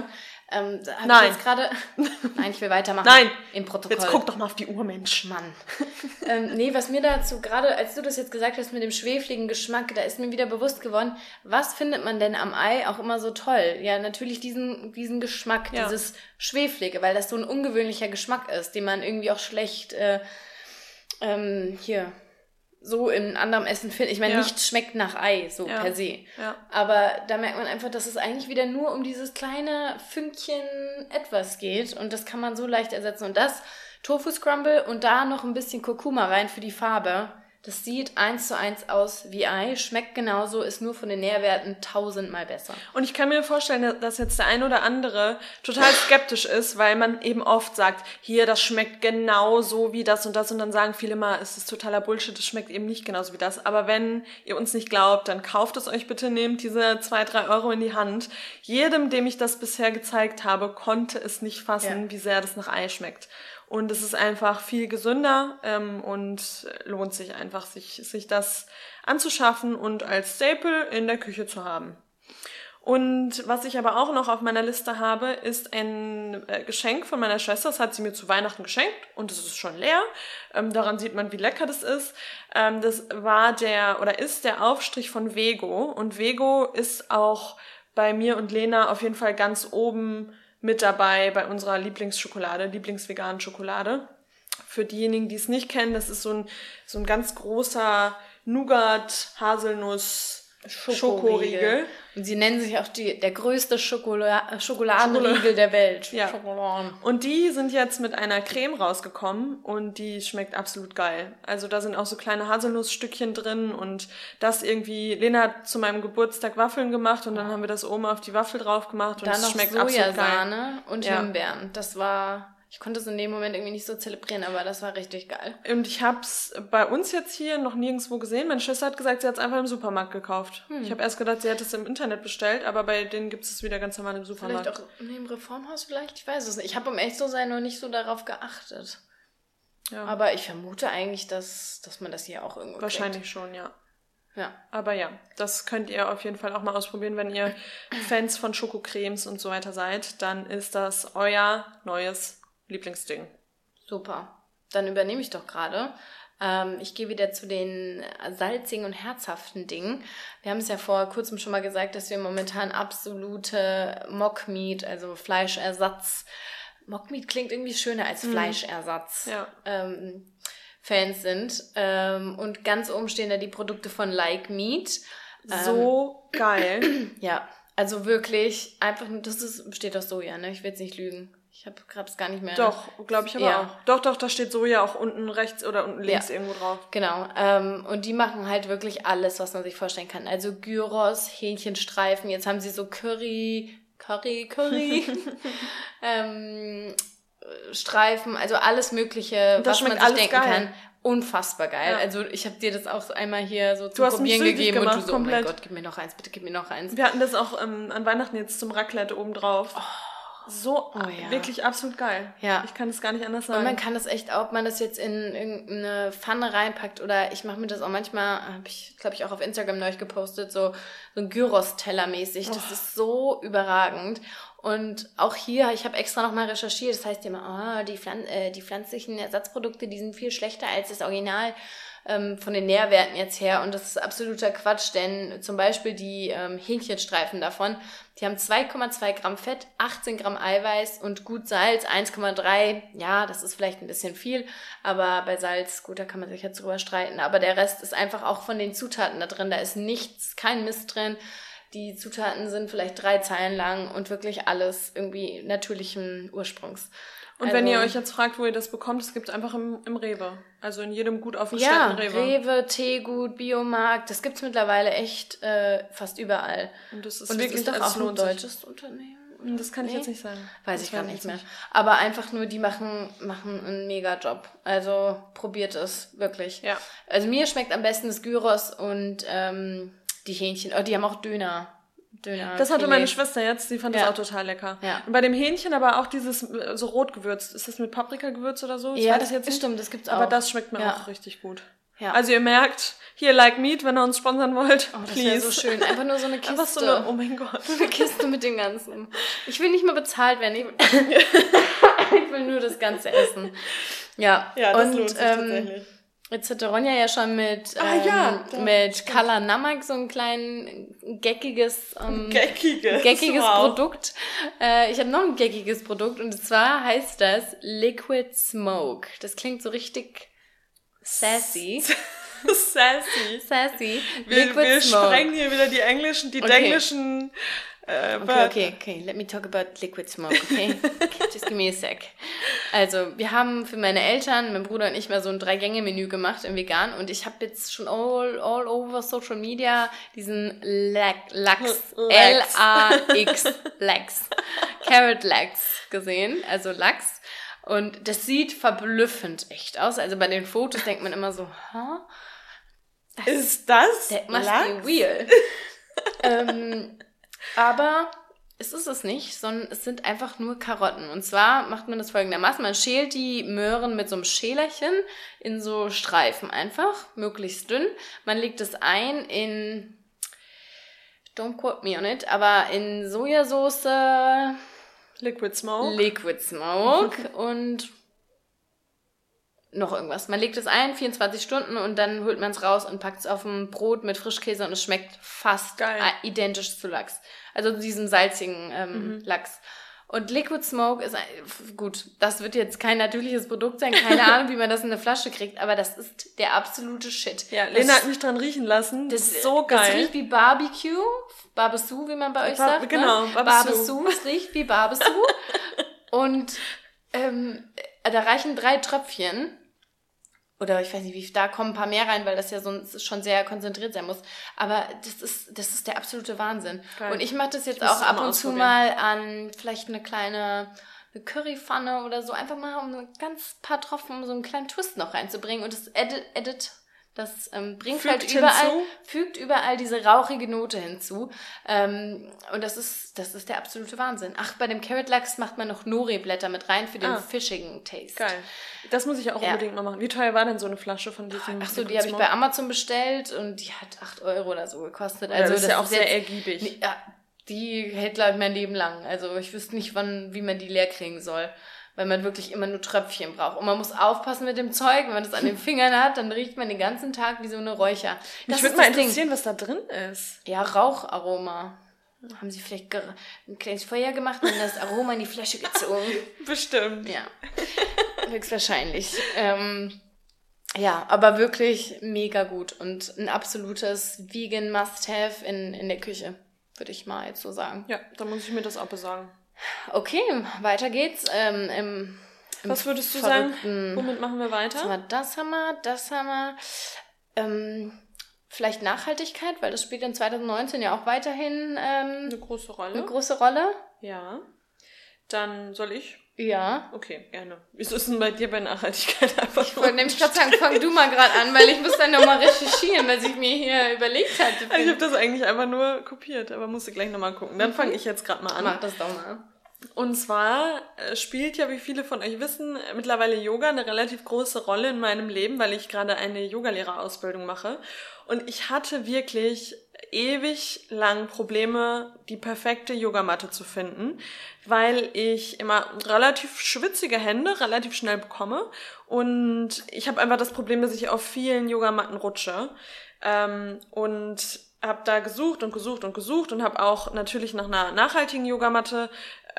Speaker 3: Ähm, da hab
Speaker 2: Nein.
Speaker 3: Ich jetzt gerade... Nein, ich will weitermachen.
Speaker 2: Nein.
Speaker 3: Im Protokoll.
Speaker 2: Jetzt guck doch mal auf die Uhr, Mensch.
Speaker 3: Mann. ähm, nee, was mir dazu gerade, als du das jetzt gesagt hast mit dem schwefligen Geschmack, da ist mir wieder bewusst geworden, was findet man denn am Ei auch immer so toll? Ja, natürlich diesen, diesen Geschmack,
Speaker 2: Ja.
Speaker 3: dieses Schweflige, weil das so ein ungewöhnlicher Geschmack ist, den man irgendwie auch schlecht äh, ähm, hier so in anderem Essen findet. Ich meine,
Speaker 2: Ja.
Speaker 3: nichts schmeckt nach Ei, so
Speaker 2: Ja.
Speaker 3: per se.
Speaker 2: Ja.
Speaker 3: Aber da merkt man einfach, dass es eigentlich wieder nur um dieses kleine Fünkchen etwas geht. Und das kann man so leicht ersetzen. Und das, Tofu-Scrumble und da noch ein bisschen Kurkuma rein für die Farbe. Das sieht eins zu eins aus wie Ei, schmeckt genauso, ist nur von den Nährwerten tausendmal besser.
Speaker 2: Und ich kann mir vorstellen, dass jetzt der ein oder andere total skeptisch ist, weil man eben oft sagt, hier, das schmeckt genauso wie das und das. Und dann sagen viele mal, es ist totaler Bullshit, das schmeckt eben nicht genauso wie das. Aber wenn ihr uns nicht glaubt, dann kauft es euch bitte, nehmt diese zwei, drei Euro in die Hand. Jedem, dem ich das bisher gezeigt habe, konnte es nicht fassen,
Speaker 3: Ja.
Speaker 2: wie sehr das nach Ei schmeckt. Und es ist einfach viel gesünder ähm, und lohnt sich einfach, sich, sich das anzuschaffen und als Staple in der Küche zu haben. Und was ich aber auch noch auf meiner Liste habe, ist ein äh, Geschenk von meiner Schwester. Das hat sie mir zu Weihnachten geschenkt und es ist schon leer. Ähm, daran sieht man, wie lecker das ist. Ähm, das war der oder ist der Aufstrich von Vego. Und Vego ist auch bei mir und Lena auf jeden Fall ganz oben mit dabei bei unserer Lieblingsschokolade, Lieblingsveganen Schokolade. Für diejenigen, die es nicht kennen, das ist so ein, so ein ganz großer Nougat-Haselnuss-Schokoriegel.
Speaker 3: Und sie nennen sich auch die, der größte Schokola- Schokoladenriegel der Welt.
Speaker 2: Ja.
Speaker 3: Schokoladen.
Speaker 2: Und die sind jetzt mit einer Creme rausgekommen und die schmeckt absolut geil. Also da sind auch so kleine Haselnussstückchen drin und das irgendwie, Lena hat zu meinem Geburtstag Waffeln gemacht und dann haben wir das oben auf die Waffel drauf gemacht und
Speaker 3: Dann
Speaker 2: es
Speaker 3: noch
Speaker 2: schmeckt absolut geil.
Speaker 3: Sojasahne und
Speaker 2: Ja.
Speaker 3: Himbeeren. Das war... Ich konnte es in dem Moment irgendwie nicht so zelebrieren, aber das war richtig geil.
Speaker 2: Und ich hab's bei uns jetzt hier noch nirgendwo gesehen. Meine Schwester hat gesagt, sie hat's einfach im Supermarkt gekauft.
Speaker 3: Hm.
Speaker 2: Ich habe erst gedacht, sie hätte es im Internet bestellt, aber bei denen gibt es wieder ganz normal im Supermarkt.
Speaker 3: Vielleicht auch neben Reformhaus vielleicht? Ich weiß es nicht. Ich habe um echt zu sein noch nicht so darauf geachtet.
Speaker 2: Ja.
Speaker 3: Aber ich vermute eigentlich, dass, dass man das hier auch irgendwo
Speaker 2: Wahrscheinlich
Speaker 3: kriegt.
Speaker 2: schon, ja.
Speaker 3: Ja.
Speaker 2: Aber ja, das könnt ihr auf jeden Fall auch mal ausprobieren, wenn ihr Fans von Schokocremes und so weiter seid. Dann ist das euer neues Lieblingsding.
Speaker 3: Super. Dann übernehme ich doch gerade. Ähm, ich gehe wieder zu den salzigen und herzhaften Dingen. Wir haben es ja vor kurzem schon mal gesagt, dass wir momentan absolute Mockmeat, also Fleischersatz, Mockmeat klingt irgendwie schöner als Fleischersatz,
Speaker 2: Ja.
Speaker 3: ähm, Fans sind. Ähm, und ganz oben stehen da die Produkte von Like Meat.
Speaker 2: So geil.
Speaker 3: Ja, also wirklich einfach nur, das ist, besteht aus Soja, ne? Ich will jetzt nicht lügen. Ich habe gerade gar nicht mehr.
Speaker 2: Doch, glaube ich aber
Speaker 3: Ja.
Speaker 2: auch. Doch, doch, da steht Soja auch unten rechts oder unten links
Speaker 3: Ja.
Speaker 2: irgendwo drauf.
Speaker 3: Genau, ähm, und die machen halt wirklich alles, was man sich vorstellen kann. Also Gyros, Hähnchenstreifen, jetzt haben sie so Curry, Curry, Curry, ähm, Streifen, also alles Mögliche,
Speaker 2: Und das
Speaker 3: was man
Speaker 2: schmeckt
Speaker 3: sich
Speaker 2: alles
Speaker 3: denken
Speaker 2: geil.
Speaker 3: kann. Unfassbar geil.
Speaker 2: Ja.
Speaker 3: Also ich habe dir das auch einmal hier so
Speaker 2: Du
Speaker 3: zum
Speaker 2: hast mich
Speaker 3: Probieren
Speaker 2: süchtig
Speaker 3: gegeben
Speaker 2: gemacht,
Speaker 3: und du so,
Speaker 2: komplett.
Speaker 3: oh mein Gott, gib mir noch eins, bitte gib mir noch eins.
Speaker 2: Wir hatten das auch ähm, an Weihnachten jetzt zum Raclette oben drauf. So
Speaker 3: Oh ja.
Speaker 2: wirklich absolut geil.
Speaker 3: Ja.
Speaker 2: Ich kann es gar nicht anders
Speaker 3: Und
Speaker 2: sagen.
Speaker 3: man kann das echt, ob man das jetzt in irgendeine Pfanne reinpackt oder ich mache mir das auch manchmal, habe ich, glaube ich, auch auf Instagram neulich gepostet, so, so ein Gyros-Teller mäßig. Das
Speaker 2: Oh.
Speaker 3: ist so überragend. Und auch hier, ich habe extra nochmal recherchiert, das heißt immer, oh, die, Pflan- äh, die pflanzlichen Ersatzprodukte, die sind viel schlechter als das Original ähm, von den Nährwerten jetzt her. Und das ist absoluter Quatsch, denn zum Beispiel die ähm, Hähnchenstreifen davon, die haben zwei Komma zwei Gramm Fett, achtzehn Gramm Eiweiß und gut Salz, eins Komma drei. Ja, das ist vielleicht ein bisschen viel, aber bei Salz, gut, da kann man sich jetzt drüber streiten. Aber der Rest ist einfach auch von den Zutaten da drin. Da ist nichts, kein Mist drin. Die Zutaten sind vielleicht drei Zeilen lang und wirklich alles irgendwie natürlichen Ursprungs.
Speaker 2: Und
Speaker 3: Also,
Speaker 2: wenn ihr euch jetzt fragt, wo ihr das bekommt, es gibt es einfach im, im Rewe. Also in jedem gut
Speaker 3: ja,
Speaker 2: aufgestellten Rewe.
Speaker 3: Rewe, Teegut, Biomarkt, das gibt's mittlerweile echt äh, fast überall.
Speaker 2: Und das ist
Speaker 3: Und
Speaker 2: wirklich,
Speaker 3: das ist doch
Speaker 2: also es
Speaker 3: auch ein
Speaker 2: lohnt sich.
Speaker 3: deutsches Unternehmen.
Speaker 2: Das kann ich
Speaker 3: Nee?
Speaker 2: jetzt nicht sagen.
Speaker 3: Weiß
Speaker 2: Das
Speaker 3: ich gar
Speaker 2: ich
Speaker 3: nicht
Speaker 2: jetzt
Speaker 3: mehr. Aber einfach nur, die machen, machen einen Mega-Job. Also probiert es, wirklich.
Speaker 2: Ja.
Speaker 3: Also mir schmeckt am besten das Gyros und ähm, die Hähnchen. Oh, die haben auch Döner. Döner.
Speaker 2: Das hatte
Speaker 3: Filet.
Speaker 2: meine Schwester jetzt, die fand
Speaker 3: Ja.
Speaker 2: das auch total lecker.
Speaker 3: Ja.
Speaker 2: Und bei dem Hähnchen aber auch dieses äh, so rot gewürzt. Ist das mit Paprikagewürz oder so? Ich
Speaker 3: Ja,
Speaker 2: weiß
Speaker 3: das
Speaker 2: es jetzt nicht.
Speaker 3: stimmt, das gibt's auch.
Speaker 2: Aber das schmeckt mir
Speaker 3: Ja.
Speaker 2: auch richtig gut. Ja. Also ihr merkt, hier Like Meat, wenn ihr uns sponsern wollt,
Speaker 3: oh, das wäre so schön. Einfach nur so eine Kiste. Einfach
Speaker 2: so eine, oh mein Gott.
Speaker 3: So eine Kiste mit dem Ganzen. Ich will nicht mehr bezahlt werden. Ich will, ich will nur das Ganze essen. Ja,
Speaker 2: ja das
Speaker 3: und,
Speaker 2: lohnt sich
Speaker 3: ähm,
Speaker 2: tatsächlich.
Speaker 3: Jetzt hatte Ronja ja schon mit,
Speaker 2: ah,
Speaker 3: ähm,
Speaker 2: ja,
Speaker 3: mit Kala Namak so ein klein geckiges, ähm,
Speaker 2: geckiges,
Speaker 3: geckiges
Speaker 2: wow.
Speaker 3: Produkt. Äh, ich habe noch ein geckiges Produkt und zwar heißt das Liquid Smoke. Das klingt so richtig sassy.
Speaker 2: sassy.
Speaker 3: Sassy.
Speaker 2: Wir,
Speaker 3: Liquid
Speaker 2: wir
Speaker 3: Smoke.
Speaker 2: sprengen hier wieder die englischen, die
Speaker 3: okay.
Speaker 2: englischen äh,
Speaker 3: Okay, okay, okay. Let me talk about Liquid Smoke, okay? Okay, just give me a sec. Also, wir haben für meine Eltern, mein Bruder und ich, mal so ein Drei-Gänge-Menü gemacht im Vegan und ich habe jetzt schon all, all over Social Media diesen Lachs, L A X, Lachs, Carrot Lachs gesehen, also Lachs. Und das sieht verblüffend echt aus. Also bei den Fotos denkt man immer so, huh?
Speaker 2: Das ist das
Speaker 3: That must
Speaker 2: Lachs?
Speaker 3: be weird. ähm, aber es ist es nicht, sondern es sind einfach nur Karotten. Und zwar macht man das folgendermaßen. Man schält die Möhren mit so einem Schälerchen in so Streifen einfach, möglichst dünn. Man legt es ein in, don't quote me on it, aber in Sojasauce,
Speaker 2: Liquid Smoke.
Speaker 3: Liquid Smoke und noch irgendwas. Man legt es ein, vierundzwanzig Stunden und dann holt man es raus und packt es auf ein Brot mit Frischkäse und es schmeckt fast
Speaker 2: Geil.
Speaker 3: identisch zu Lachs. Also diesem salzigen ähm, mhm. Lachs. Und Liquid Smoke ist, ein, gut, das wird jetzt kein natürliches Produkt sein, keine Ahnung, wie man das in eine Flasche kriegt, aber das ist der absolute Shit.
Speaker 2: Ja, Lena
Speaker 3: das,
Speaker 2: hat mich dran riechen lassen. Das, das ist so geil.
Speaker 3: Das riecht wie Barbecue, Barbecue, wie man bei euch
Speaker 2: Bar-
Speaker 3: sagt.
Speaker 2: Genau,
Speaker 3: ne?
Speaker 2: Barbecue.
Speaker 3: Barbecue, es riecht wie Barbecue. Und ähm, da reichen drei Tröpfchen. Oder ich weiß nicht, wie da kommen ein paar mehr rein, weil das ja sonst schon sehr konzentriert sein muss. Aber das ist das ist der absolute Wahnsinn. Geil. Und ich mache das jetzt auch ab und zu mal an vielleicht eine kleine eine Currypfanne oder so. Einfach mal um ein ganz paar Tropfen, um so einen kleinen Twist noch reinzubringen. Und das edit, edit das ähm, bringt fügt halt überall, hinzu. fügt überall diese rauchige Note hinzu. Ähm, und das ist das ist der absolute Wahnsinn. Ach, bei dem Carrot Lachs macht man noch Nori-Blätter mit rein für den ah. fischigen Taste.
Speaker 2: Geil. Das muss ich auch ja. unbedingt mal machen. Wie teuer war denn so eine Flasche von diesem?
Speaker 3: Ach so, die habe ich bei Amazon bestellt und die hat acht Euro oder so gekostet. Also
Speaker 2: ja, das ist
Speaker 3: das
Speaker 2: ja auch
Speaker 3: ist
Speaker 2: sehr
Speaker 3: jetzt,
Speaker 2: ergiebig.
Speaker 3: Ja, die hält, glaube ich, mein Leben lang. Also ich wüsste nicht, wann, wie man die leer kriegen soll. Weil man wirklich immer nur Tröpfchen braucht. Und man muss aufpassen mit dem Zeug. Wenn man das an den Fingern hat, dann riecht man den ganzen Tag wie so eine Räucher.
Speaker 2: Das Mich würde mal interessieren, Ding. was da drin ist.
Speaker 3: Ja, Raucharoma. Haben sie vielleicht ge- ein kleines Feuer gemacht und das Aroma in die Flasche gezogen?
Speaker 2: Bestimmt.
Speaker 3: Ja, höchstwahrscheinlich. Ähm, ja, aber wirklich mega gut und ein absolutes Vegan Must-Have in, in der Küche, würde ich mal jetzt so sagen.
Speaker 2: Ja, dann muss ich mir das auch besorgen.
Speaker 3: Okay, weiter geht's. Ähm, im, im
Speaker 2: Was würdest du sagen? Womit machen wir weiter?
Speaker 3: Das haben wir, das haben wir. Ähm, vielleicht Nachhaltigkeit, weil das spielt in zwanzig neunzehn ja auch weiterhin ähm,
Speaker 2: eine große Rolle.
Speaker 3: Eine große Rolle.
Speaker 2: Ja. Dann soll ich?
Speaker 3: Ja.
Speaker 2: Okay, gerne. Wieso ist denn bei dir bei Nachhaltigkeit einfach
Speaker 3: Ich wollte nämlich gerade sagen, fang du mal gerade an, weil ich muss dann nochmal recherchieren, was ich mir hier überlegt hatte.
Speaker 2: Also ich habe das eigentlich einfach nur kopiert, aber musste gleich nochmal gucken. Dann fange ich jetzt gerade mal an.
Speaker 3: Mach das doch mal.
Speaker 2: Und zwar spielt ja, wie viele von euch wissen, mittlerweile Yoga eine relativ große Rolle in meinem Leben, weil ich gerade eine Yogalehrerausbildung mache. Und ich hatte wirklich ewig lang Probleme, die perfekte Yogamatte zu finden, weil ich immer relativ schwitzige Hände relativ schnell bekomme. Und ich habe einfach das Problem, dass ich auf vielen Yogamatten rutsche. Ähm, und habe da gesucht und gesucht und gesucht und habe auch natürlich nach einer nachhaltigen Yogamatte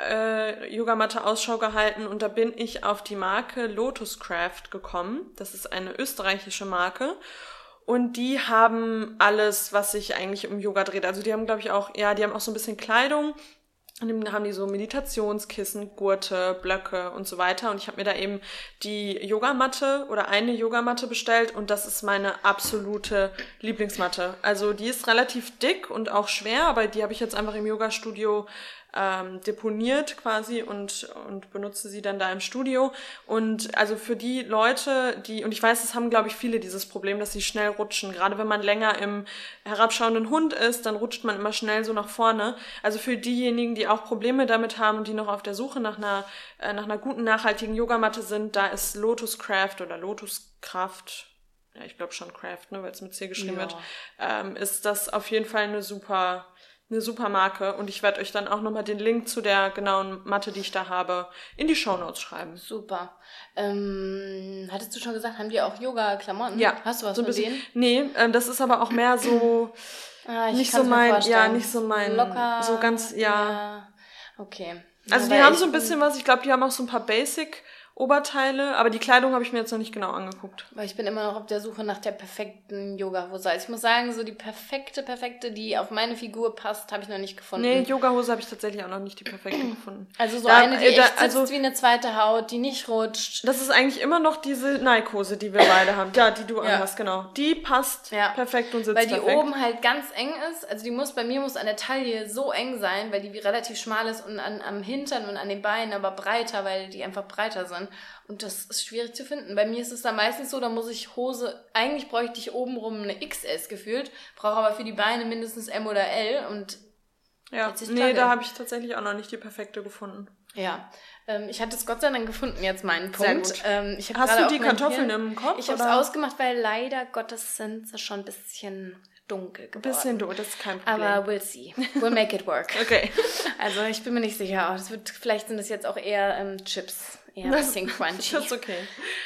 Speaker 2: äh, Yogamatte Ausschau gehalten und da bin ich auf die Marke Lotus Craft gekommen. Das ist eine österreichische Marke und die haben alles, was sich eigentlich um Yoga dreht. Also die haben, glaube ich, auch, ja, die haben auch so ein bisschen Kleidung. Und dann haben die so Meditationskissen, Gurte, Blöcke und so weiter. Und ich habe mir da eben die Yogamatte oder eine Yogamatte bestellt und das ist meine absolute Lieblingsmatte. Also die ist relativ dick und auch schwer, aber die habe ich jetzt einfach im Yoga-Studio ähm, deponiert quasi und und benutze sie dann da im Studio. Und also für die Leute, die, und ich weiß, es haben, glaube ich, viele dieses Problem, dass sie schnell rutschen. Gerade wenn man länger im herabschauenden Hund ist, dann rutscht man immer schnell so nach vorne. Also für diejenigen, die auch Probleme damit haben und die noch auf der Suche nach einer äh, nach einer guten, nachhaltigen Yogamatte sind, da ist Lotus Craft oder Lotus Kraft, ja, ich glaube schon Craft, ne, weil es mit C geschrieben
Speaker 3: Ja.
Speaker 2: wird, ähm, ist das auf jeden Fall eine super, eine super Marke. Und ich werde euch dann auch nochmal den Link zu der genauen Matte, die ich da habe, in die Shownotes schreiben.
Speaker 3: Super. Ähm, hattest du schon gesagt, haben die auch Yoga-Klamotten?
Speaker 2: Ja.
Speaker 3: Hast du was
Speaker 2: so ein
Speaker 3: von
Speaker 2: bisschen,
Speaker 3: denen?
Speaker 2: Nee, ähm, das ist aber auch mehr so,
Speaker 3: Ah, ich
Speaker 2: nicht
Speaker 3: kann's
Speaker 2: so
Speaker 3: mir
Speaker 2: mein,
Speaker 3: vorstellen.
Speaker 2: ja, nicht so mein,
Speaker 3: Locker,
Speaker 2: so ganz, ja.
Speaker 3: ja. Okay.
Speaker 2: Also
Speaker 3: Ja,
Speaker 2: die
Speaker 3: weil
Speaker 2: haben
Speaker 3: ich
Speaker 2: so ein
Speaker 3: bin-
Speaker 2: bisschen was, ich glaube, die haben auch so ein paar Basic-Oberteile, aber die Kleidung habe ich mir jetzt noch nicht genau angeguckt.
Speaker 3: Weil ich bin immer noch auf der Suche nach der perfekten Yoga-Hose. Also ich muss sagen, so die perfekte, perfekte, die auf meine Figur passt, habe ich noch nicht gefunden.
Speaker 2: Nee, Yoga-Hose habe ich tatsächlich auch noch nicht die perfekte gefunden.
Speaker 3: Also so
Speaker 2: Da-
Speaker 3: eine, die
Speaker 2: äh, da-
Speaker 3: echt sitzt
Speaker 2: also-
Speaker 3: wie eine zweite Haut, die nicht rutscht.
Speaker 2: Das ist eigentlich immer noch diese Nike-Hose, die wir beide haben. Ja, die du
Speaker 3: Ja.
Speaker 2: anhast, genau. Die passt
Speaker 3: Ja.
Speaker 2: perfekt und sitzt
Speaker 3: Weil die
Speaker 2: perfekt.
Speaker 3: oben halt ganz eng ist. Also die muss, bei mir muss an der Taille so eng sein, weil die wie relativ schmal ist und an, am Hintern und an den Beinen aber breiter, weil die einfach breiter sind. Und das ist schwierig zu finden. Bei mir ist es dann meistens so, da muss ich Hose, eigentlich bräuchte ich obenrum eine X S gefühlt, brauche aber für die Beine mindestens M oder L und
Speaker 2: Ja,
Speaker 3: Jetzt ist
Speaker 2: nee,
Speaker 3: Struggle.
Speaker 2: da habe ich tatsächlich auch noch nicht die perfekte gefunden.
Speaker 3: ja. Ähm, ich hatte es Gott sei Dank gefunden, jetzt meinen
Speaker 2: Sehr
Speaker 3: Punkt.
Speaker 2: gut.
Speaker 3: Ähm, ich hab
Speaker 2: Hast
Speaker 3: gerade
Speaker 2: du
Speaker 3: auch
Speaker 2: die
Speaker 3: mein
Speaker 2: Kartoffeln
Speaker 3: Hirn-
Speaker 2: im Kopf?
Speaker 3: Ich habe es
Speaker 2: oder?
Speaker 3: ausgemacht, weil leider Gottes sind sie schon ein bisschen dunkel geworden.
Speaker 2: Bisschen du, das ist kein Problem.
Speaker 3: Aber we'll see. We'll make it work.
Speaker 2: Okay.
Speaker 3: Also ich bin mir nicht sicher. Das wird, vielleicht sind das jetzt auch eher ähm, Chips. Eher ein bisschen crunchy.
Speaker 2: Das ist okay.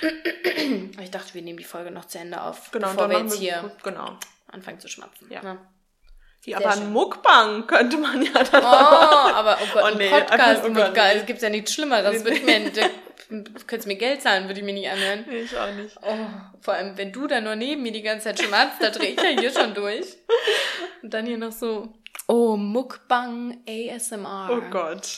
Speaker 3: Ich dachte, wir nehmen die Folge noch zu Ende auf,
Speaker 2: Genau,
Speaker 3: bevor
Speaker 2: dann
Speaker 3: wir
Speaker 2: machen
Speaker 3: jetzt
Speaker 2: wir,
Speaker 3: hier
Speaker 2: genau.
Speaker 3: anfangen zu schmatzen.
Speaker 2: Ja.
Speaker 3: Ne?
Speaker 2: Ja,
Speaker 3: Sehr
Speaker 2: aber
Speaker 3: schön.
Speaker 2: ein Mukbang könnte man ja dann
Speaker 3: Oh, aber oh Gott,
Speaker 2: Oh
Speaker 3: ein
Speaker 2: nee,
Speaker 3: Podcast,
Speaker 2: oh
Speaker 3: oh
Speaker 2: Gott,
Speaker 3: geil,
Speaker 2: nee.
Speaker 3: es gibt ja nichts Schlimmeres. Würde ich mir, da könntest du mir Geld zahlen, würde ich mir nicht anhören.
Speaker 2: Nee, ich auch nicht.
Speaker 3: Oh, vor allem, wenn du da nur neben mir die ganze Zeit schmatzt, da drehe ich ja hier schon durch. Und dann hier noch so, oh, Mukbang A S M R.
Speaker 2: Oh Gott.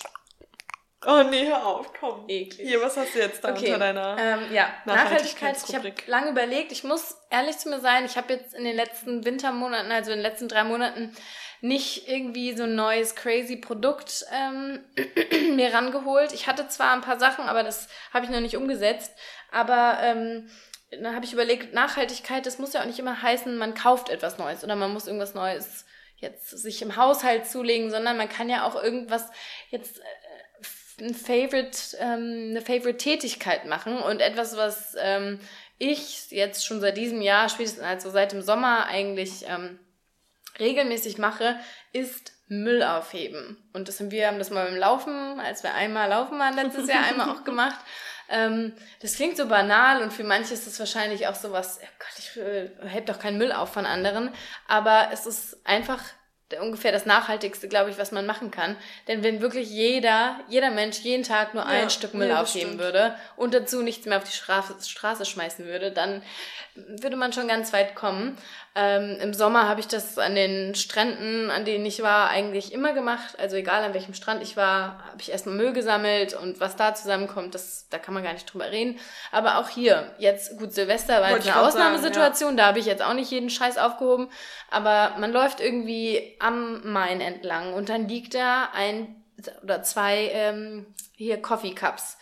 Speaker 2: Oh nee, hör auf, komm.
Speaker 3: Eklig.
Speaker 2: Hier, was hast du jetzt da
Speaker 3: Okay,
Speaker 2: unter deiner...
Speaker 3: ähm, ja, Nachhaltigkeit. Ich habe
Speaker 2: Nachhaltigkeitsrubrik?
Speaker 3: lange überlegt. Ich muss ehrlich zu mir sein, ich habe jetzt in den letzten Wintermonaten, also in den letzten drei Monaten, nicht irgendwie so ein neues crazy Produkt ähm, mir rangeholt. Ich hatte zwar ein paar Sachen, aber das habe ich noch nicht umgesetzt. Aber ähm, dann habe ich überlegt, Nachhaltigkeit, das muss ja auch nicht immer heißen, man kauft etwas Neues oder man muss irgendwas Neues jetzt sich im Haushalt zulegen, sondern man kann ja auch irgendwas jetzt äh, ein Favorite, ähm, eine Favorite-Tätigkeit machen und etwas, was ähm, ich jetzt schon seit diesem Jahr, spätestens also seit dem Sommer eigentlich ähm, regelmäßig mache, ist Müll aufheben. Und das haben wir haben das mal beim Laufen, als wir einmal laufen waren letztes Jahr, einmal auch gemacht. Ähm, das klingt so banal und für manche ist das wahrscheinlich auch sowas, oh Gott, ich äh, heb doch keinen Müll auf von anderen, aber es ist einfach ungefähr das Nachhaltigste, glaube ich, was man machen kann. Denn wenn wirklich jeder, jeder Mensch jeden Tag nur
Speaker 2: Ja,
Speaker 3: ein Stück Müll
Speaker 2: nee, das
Speaker 3: aufheben
Speaker 2: stimmt.
Speaker 3: würde und dazu nichts mehr auf die Straße, Straße schmeißen würde, dann würde man schon ganz weit kommen. Ähm, Im Sommer habe ich das an den Stränden, an denen ich war, eigentlich immer gemacht. Also egal an welchem Strand ich war, habe ich erstmal Müll gesammelt und was da zusammenkommt, das, da kann man gar nicht drüber reden. Aber auch hier, jetzt, gut, Silvester war
Speaker 2: Wollte
Speaker 3: jetzt
Speaker 2: ich
Speaker 3: eine
Speaker 2: grad sagen,
Speaker 3: Ausnahmesituation, da habe ich jetzt auch nicht jeden Scheiß aufgehoben, aber man läuft irgendwie am Main entlang und dann liegt da ein oder zwei ähm, hier Coffee Cups.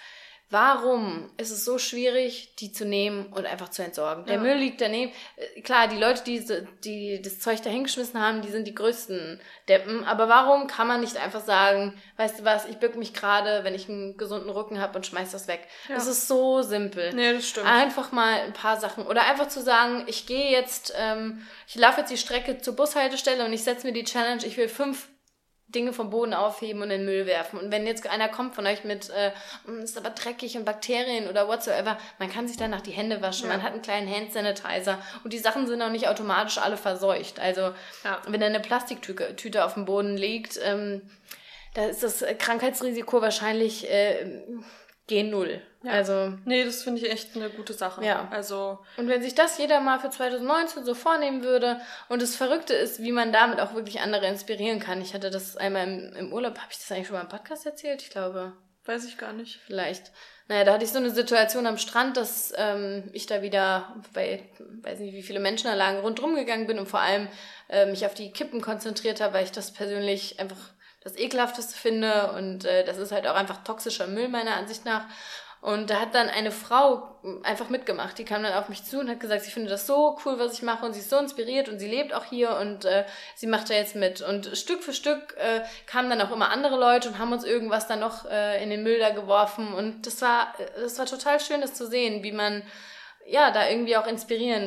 Speaker 3: Warum ist es so schwierig, die zu nehmen und einfach zu entsorgen? Der
Speaker 2: Ja.
Speaker 3: Müll liegt daneben. Äh, Klar, die Leute, die, so- die das Zeug da hingeschmissen haben, die sind die größten Deppen. Aber warum kann man nicht einfach sagen, weißt du was, ich bück mich gerade, wenn ich einen gesunden Rücken habe und schmeiß das weg.
Speaker 2: Ja.
Speaker 3: Es ist so simpel.
Speaker 2: Nee, das stimmt.
Speaker 3: Einfach mal ein paar Sachen. Oder einfach zu sagen, ich gehe jetzt, ähm, ich laufe jetzt die Strecke zur Bushaltestelle und ich setze mir die Challenge, ich will fünf Dinge vom Boden aufheben und in den Müll werfen. Und wenn jetzt einer kommt von euch mit, äh, "Mm, ist aber dreckig und Bakterien oder whatsoever, man kann sich danach die Hände waschen,
Speaker 2: Ja.
Speaker 3: man hat einen kleinen Hand-Sanitizer und die Sachen sind auch nicht automatisch alle verseucht. Also
Speaker 2: Ja.
Speaker 3: wenn da eine Plastiktüte Tüte auf dem Boden liegt, ähm, da ist das Krankheitsrisiko wahrscheinlich äh, G null.
Speaker 2: Ja.
Speaker 3: Also
Speaker 2: Nee, das finde ich echt eine gute Sache.
Speaker 3: Ja.
Speaker 2: Also,
Speaker 3: und wenn sich das jeder mal für zwanzig neunzehn so vornehmen würde und das Verrückte ist, wie man damit auch wirklich andere inspirieren kann. Ich hatte das einmal im, im Urlaub, habe ich das eigentlich schon mal im Podcast erzählt? Ich glaube,
Speaker 2: weiß ich gar nicht.
Speaker 3: vielleicht. Naja, da hatte ich so eine Situation am Strand, dass ähm, ich da wieder bei, weiß nicht wie viele Menschen da lagen, rundherum gegangen bin und vor allem äh, mich auf die Kippen konzentriert habe, weil ich das persönlich einfach das Ekelhafteste finde und äh, das ist halt auch einfach toxischer Müll meiner Ansicht nach. Und da hat dann eine Frau einfach mitgemacht. Die kam dann auf mich zu und hat gesagt, sie findet das so cool, was ich mache und sie ist so inspiriert und sie lebt auch hier und äh, sie macht da jetzt mit. Und Stück für Stück äh, kamen dann auch immer andere Leute und haben uns irgendwas dann noch äh, in den Müll da geworfen. Und das war, das war total schön, das zu sehen, wie man ja da irgendwie auch inspirierend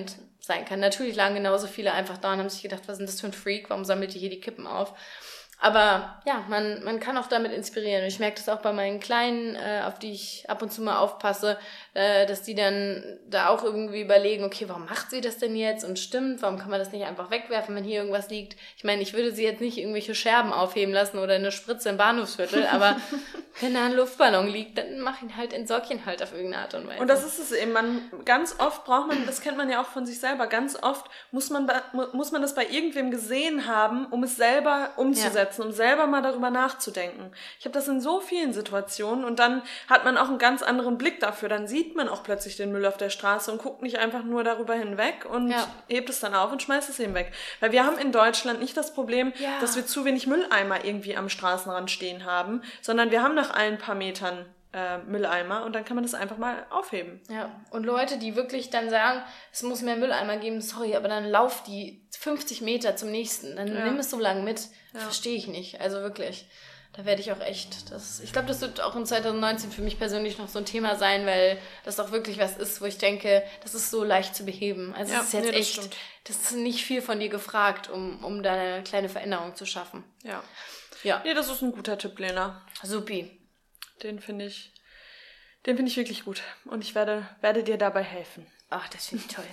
Speaker 3: sein kann. Natürlich lagen genauso viele einfach da und haben sich gedacht, was ist denn das für ein Freak, warum sammelt die hier die Kippen auf? Aber ja, man, man kann auch damit inspirieren. Und ich merke das auch bei meinen Kleinen, äh, auf die ich ab und zu mal aufpasse, äh, dass die dann da auch irgendwie überlegen, okay, warum macht sie das denn jetzt? Und stimmt, warum kann man das nicht einfach wegwerfen, wenn hier irgendwas liegt? Ich meine, ich würde sie jetzt nicht irgendwelche Scherben aufheben lassen oder eine Spritze im Bahnhofsviertel, aber wenn da ein Luftballon liegt, dann mach ihn halt, entsorg ihn halt auf irgendeine Art und Weise.
Speaker 2: Und das ist es eben, man, ganz oft braucht man, das kennt man ja auch von sich selber, ganz oft muss man, muss man das bei irgendwem gesehen haben, um es selber umzusetzen, ja. um selber mal darüber nachzudenken. Ich habe das in so vielen Situationen und dann hat man auch einen ganz anderen Blick dafür, dann sieht man auch plötzlich den Müll auf der Straße und guckt nicht einfach nur darüber hinweg und ja. hebt es dann auf und schmeißt es eben weg. Weil wir haben in Deutschland nicht das Problem, ja. dass wir zu wenig Mülleimer irgendwie am Straßenrand stehen haben, sondern wir haben nach ein paar Metern äh, Mülleimer und dann kann man das einfach mal aufheben.
Speaker 3: Ja, und Leute, die wirklich dann sagen, es muss mehr Mülleimer geben, sorry, aber dann lauf die fünfzig Meter zum nächsten, dann ja. nimm es so lange mit, ja. verstehe ich nicht, also wirklich. Da werde ich auch echt, das, ich glaube, das wird auch in zwanzig neunzehn für mich persönlich noch so ein Thema sein, weil das auch wirklich was ist, wo ich denke, das ist so leicht zu beheben. Also es ja, ist jetzt nee, das echt, stimmt. das ist nicht viel von dir gefragt, um, um da eine kleine Veränderung zu schaffen.
Speaker 2: Ja. Ja. Nee, das ist ein guter Tipp, Lena.
Speaker 3: Supi.
Speaker 2: Den finde ich, den finde ich wirklich gut. Und ich werde, werde dir dabei helfen.
Speaker 3: Ach, das finde ich toll.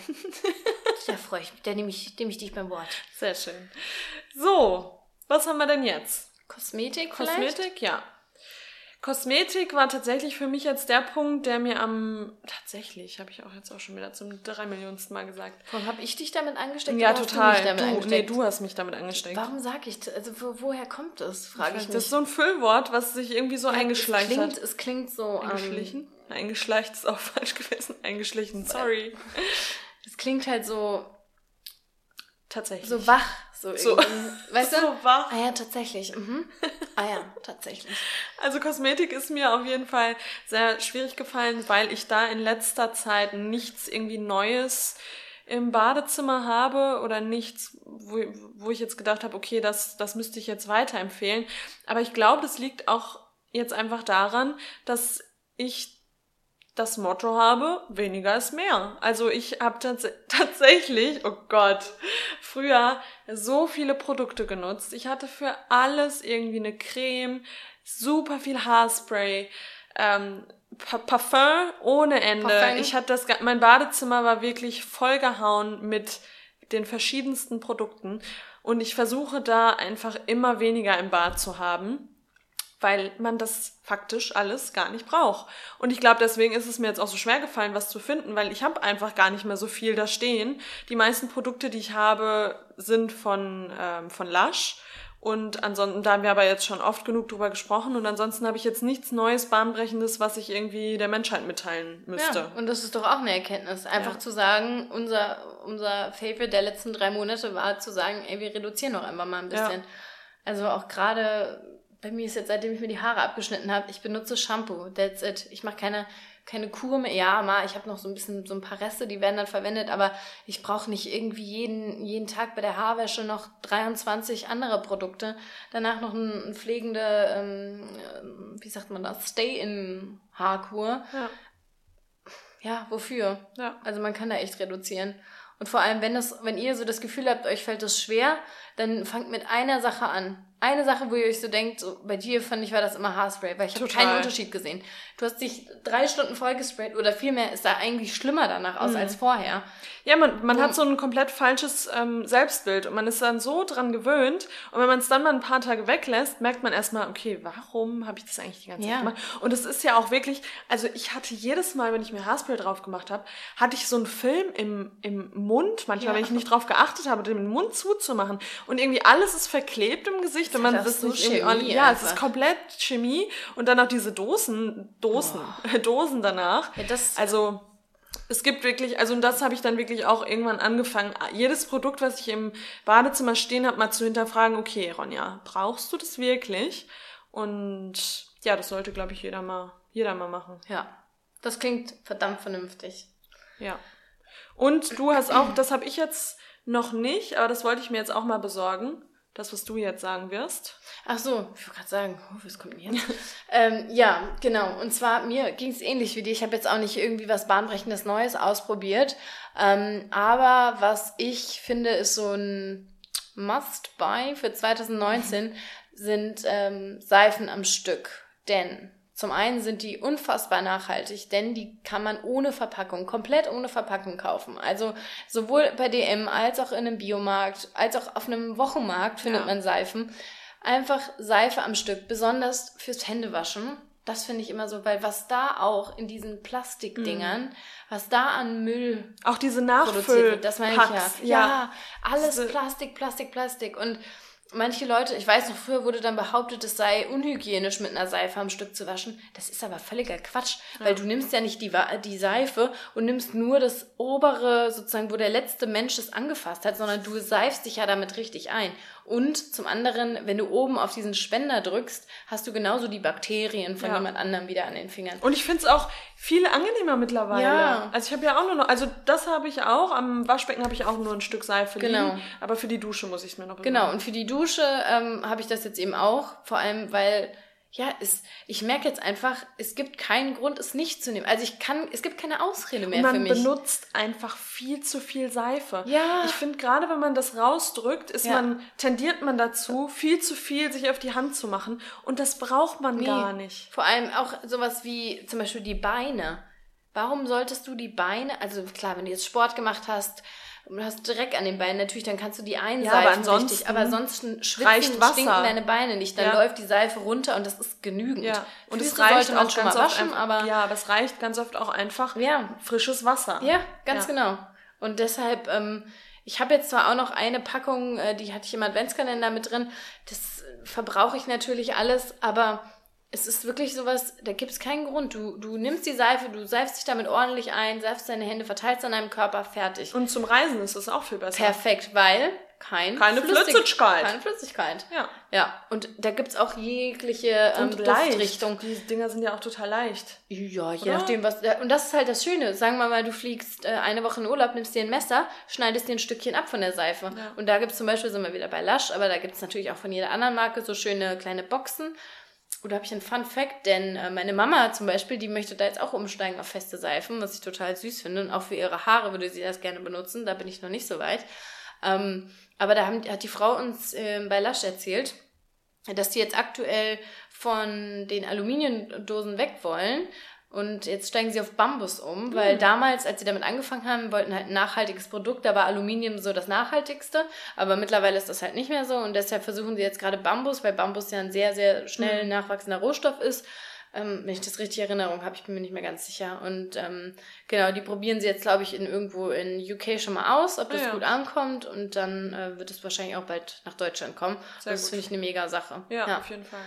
Speaker 3: Da freue ich mich. Da nehme ich, nehme ich dich beim Wort.
Speaker 2: Sehr schön. So, was haben wir denn jetzt?
Speaker 3: Kosmetik
Speaker 2: vielleicht? Kosmetik, ja. Kosmetik war tatsächlich für mich jetzt der Punkt, der mir am... Tatsächlich, habe ich auch jetzt auch schon wieder zum drei Millionensten Mal gesagt.
Speaker 3: Warum habe ich dich damit angesteckt?
Speaker 2: Ja, total. Du, damit du nee, du hast mich damit angesteckt.
Speaker 3: Warum sag ich das? Also wo, woher kommt das, frage ich mich.
Speaker 2: Das ist so ein Füllwort, was sich irgendwie so ja, eingeschleicht
Speaker 3: es klingt,
Speaker 2: hat.
Speaker 3: Es klingt so...
Speaker 2: Eingeschlichen? Ähm, Eingeschleicht ist auch falsch gewesen. Eingeschlichen, sorry.
Speaker 3: Es klingt halt so...
Speaker 2: Tatsächlich.
Speaker 3: So wach. So,
Speaker 2: so,
Speaker 3: weißt du?
Speaker 2: So wach.
Speaker 3: Ah ja, tatsächlich. Mhm. Ah ja, tatsächlich.
Speaker 2: Also Kosmetik ist mir auf jeden Fall sehr schwierig gefallen, weil ich da in letzter Zeit nichts irgendwie Neues im Badezimmer habe oder nichts, wo, wo ich jetzt gedacht habe, okay, das, das müsste ich jetzt weiterempfehlen. Aber ich glaube, das liegt auch jetzt einfach daran, dass ich das Motto habe, weniger ist mehr. Also ich habe tats- tatsächlich, oh Gott, früher so viele Produkte genutzt. Ich hatte für alles irgendwie eine Creme, super viel Haarspray, ähm, Pa- Parfum ohne Ende. Parfum. Ich hatte das, mein Badezimmer war wirklich vollgehauen mit den verschiedensten Produkten und ich versuche da einfach immer weniger im Bad zu haben, weil man das faktisch alles gar nicht braucht. Und ich glaube, deswegen ist es mir jetzt auch so schwer gefallen, was zu finden, weil ich habe einfach gar nicht mehr so viel da stehen. Die meisten Produkte, die ich habe, sind von ähm, von Lush. Und ansonsten, da haben wir aber jetzt schon oft genug drüber gesprochen. Und ansonsten habe ich jetzt nichts Neues, Bahnbrechendes, was ich irgendwie der Menschheit mitteilen müsste.
Speaker 3: Ja, und das ist doch auch eine Erkenntnis. Einfach ja. zu sagen, unser unser Favorite der letzten drei Monate war zu sagen, ey, wir reduzieren doch einfach mal ein bisschen. Ja. Also auch gerade... Bei mir ist jetzt, seitdem ich mir die Haare abgeschnitten habe, ich benutze Shampoo, that's it. Ich mache keine keine Kur mehr. Ja, mal, ich habe noch so ein bisschen so ein paar Reste, die werden dann verwendet, aber ich brauche nicht irgendwie jeden jeden Tag bei der Haarwäsche noch dreiundzwanzig andere Produkte. Danach noch eine ein pflegende, ähm, wie sagt man das, Stay-in-Haarkur. Ja. Ja, wofür? Ja. Also man kann da echt reduzieren. Und vor allem, wenn das, wenn ihr so das Gefühl habt, euch fällt das schwer, dann fangt mit einer Sache an. Eine Sache, wo ihr euch so denkt, so bei dir fand ich, war das immer Haarspray, weil ich habe keinen Unterschied gesehen. Du hast dich drei Stunden vollgesprayt oder vielmehr ist da eigentlich schlimmer danach aus mhm. als vorher.
Speaker 2: Ja, man man und, hat so ein komplett falsches ähm, Selbstbild und man ist dann so dran gewöhnt und wenn man es dann mal ein paar Tage weglässt, merkt man erstmal, okay, warum habe ich das eigentlich die ganze ja. Zeit gemacht? Und es ist ja auch wirklich, also ich hatte jedes Mal, wenn ich mir Haarspray drauf gemacht habe, hatte ich so einen Film im im Mund, manchmal, ja. wenn ich nicht drauf geachtet habe, den Mund zuzumachen und irgendwie alles ist verklebt im Gesicht und man das ist nicht irgendwie on, ja, einfach. Es ist komplett Chemie und dann auch diese Dosen, Dosen, oh. Dosen danach.
Speaker 3: Ja, das
Speaker 2: also es gibt wirklich, also und das habe ich dann wirklich auch irgendwann angefangen, jedes Produkt, was ich im Badezimmer stehen habe, mal zu hinterfragen, okay, Ronja, brauchst du das wirklich? Und ja, das sollte, glaube ich, jeder mal, jeder mal machen.
Speaker 3: Ja, das klingt verdammt vernünftig.
Speaker 2: Ja. Und du hast auch, das habe ich jetzt noch nicht, aber das wollte ich mir jetzt auch mal besorgen, Das, was du jetzt sagen wirst.
Speaker 3: Ach so, ich wollte gerade sagen, oh, was kommt denn jetzt? ähm, ja, genau. Und zwar, mir ging es ähnlich wie dir. Ich habe jetzt auch nicht irgendwie was Bahnbrechendes Neues ausprobiert. Ähm, aber was ich finde, ist so ein Must-Buy für zwanzig neunzehn sind ähm, Seifen am Stück. Denn zum einen sind die unfassbar nachhaltig, denn die kann man ohne Verpackung, komplett ohne Verpackung kaufen. Also sowohl bei D M als auch in einem Biomarkt, als auch auf einem Wochenmarkt findet ja. man Seifen. Einfach Seife am Stück, besonders fürs Händewaschen. Das finde ich immer so, weil was da auch in diesen Plastikdingern, mm. was da an Müll
Speaker 2: auch diese Nachfüll
Speaker 3: das meine ich ja. ja. Ja, alles diese Plastik, Plastik, Plastik. Und manche Leute, ich weiß noch, früher wurde dann behauptet, es sei unhygienisch, mit einer Seife am Stück zu waschen. Das ist aber völliger Quatsch, ja. weil du nimmst ja nicht die, die Seife und nimmst nur das obere, sozusagen, wo der letzte Mensch es angefasst hat, sondern du seifst dich ja damit richtig ein. Und zum anderen, wenn du oben auf diesen Spender drückst, hast du genauso die Bakterien von ja. jemand anderem wieder an den Fingern.
Speaker 2: Und ich finde es auch viel angenehmer mittlerweile.
Speaker 3: Ja.
Speaker 2: Also ich habe ja auch nur noch, also das habe ich auch, am Waschbecken habe ich auch nur ein Stück Seife
Speaker 3: genau.
Speaker 2: liegen, aber für die Dusche muss ich es mir noch
Speaker 3: Genau, bewahren. Und für die Dusche ähm, habe ich das jetzt eben auch, vor allem, weil ja, es, ich merke jetzt einfach, es gibt keinen Grund, es nicht zu nehmen. Also ich kann, es gibt keine Ausrede mehr für mich.
Speaker 2: Man benutzt einfach viel zu viel Seife.
Speaker 3: Ja.
Speaker 2: Ich finde, gerade wenn man das rausdrückt, ist ja. man, tendiert man dazu, viel zu viel sich auf die Hand zu machen. Und das braucht man nee. gar nicht.
Speaker 3: Vor allem auch sowas wie zum Beispiel die Beine. Warum solltest du die Beine, also klar, wenn du jetzt Sport gemacht hast, und du hast Dreck an den Beinen, natürlich, dann kannst du die einseifen, ja, aber ansonsten richtig, aber ansonsten schwitzen, stinken deine Beine nicht, dann ja. läuft die Seife runter und das ist genügend.
Speaker 2: Ja. Und
Speaker 3: es
Speaker 2: reicht
Speaker 3: man
Speaker 2: auch
Speaker 3: schon
Speaker 2: ganz
Speaker 3: mal waschen,
Speaker 2: oft,
Speaker 3: aber
Speaker 2: ja, aber es reicht ganz oft auch einfach
Speaker 3: ja.
Speaker 2: frisches Wasser.
Speaker 3: Ja, ganz ja. genau. Und deshalb, ähm, ich habe jetzt zwar auch noch eine Packung, äh, die hatte ich im Adventskalender mit drin, das verbrauche ich natürlich alles, aber es ist wirklich sowas, da gibt es keinen Grund. Du, du nimmst die Seife, du seifst dich damit ordentlich ein, seifst deine Hände, verteilst an deinem Körper, fertig.
Speaker 2: Und zum Reisen ist das auch viel besser.
Speaker 3: Perfekt, weil kein
Speaker 2: keine
Speaker 3: Flüssig-
Speaker 2: Flüssigkeit.
Speaker 3: Keine Flüssigkeit.
Speaker 2: Ja.
Speaker 3: Ja, und da gibt's auch jegliche ähm, Duftrichtung.
Speaker 2: Die Dinger sind ja auch total leicht.
Speaker 3: Ja, je Oder? nachdem, was... Und das ist halt das Schöne. Sagen wir mal, du fliegst äh, eine Woche in Urlaub, nimmst dir ein Messer, schneidest dir ein Stückchen ab von der Seife. Ja. Und da gibt's zum Beispiel, sind wir wieder bei Lush, aber da gibt's natürlich auch von jeder anderen Marke so schöne kleine Boxen. Oder habe ich einen Fun Fact, denn äh, meine Mama zum Beispiel, die möchte da jetzt auch umsteigen auf feste Seifen, was ich total süß finde. Und auch für ihre Haare würde sie das gerne benutzen, da bin ich noch nicht so weit. Ähm, aber da haben, hat die Frau uns äh, bei Lush erzählt, dass die jetzt aktuell von den Aluminiumdosen weg wollen. Und jetzt steigen sie auf Bambus um, weil mhm. damals, als sie damit angefangen haben, wollten halt ein nachhaltiges Produkt, da war Aluminium so das Nachhaltigste, aber mittlerweile ist das halt nicht mehr so und deshalb versuchen sie jetzt gerade Bambus, weil Bambus ja ein sehr, sehr schnell mhm. nachwachsender Rohstoff ist. Ähm, wenn ich das richtig in Erinnerung habe, ich bin mir nicht mehr ganz sicher. Und ähm, genau, die probieren sie jetzt, glaube ich, in irgendwo in U K schon mal aus, ob das ja, ja. gut ankommt und dann äh, wird es wahrscheinlich auch bald nach Deutschland kommen. Sehr das finde ich eine mega Sache.
Speaker 2: Ja, ja, auf jeden Fall.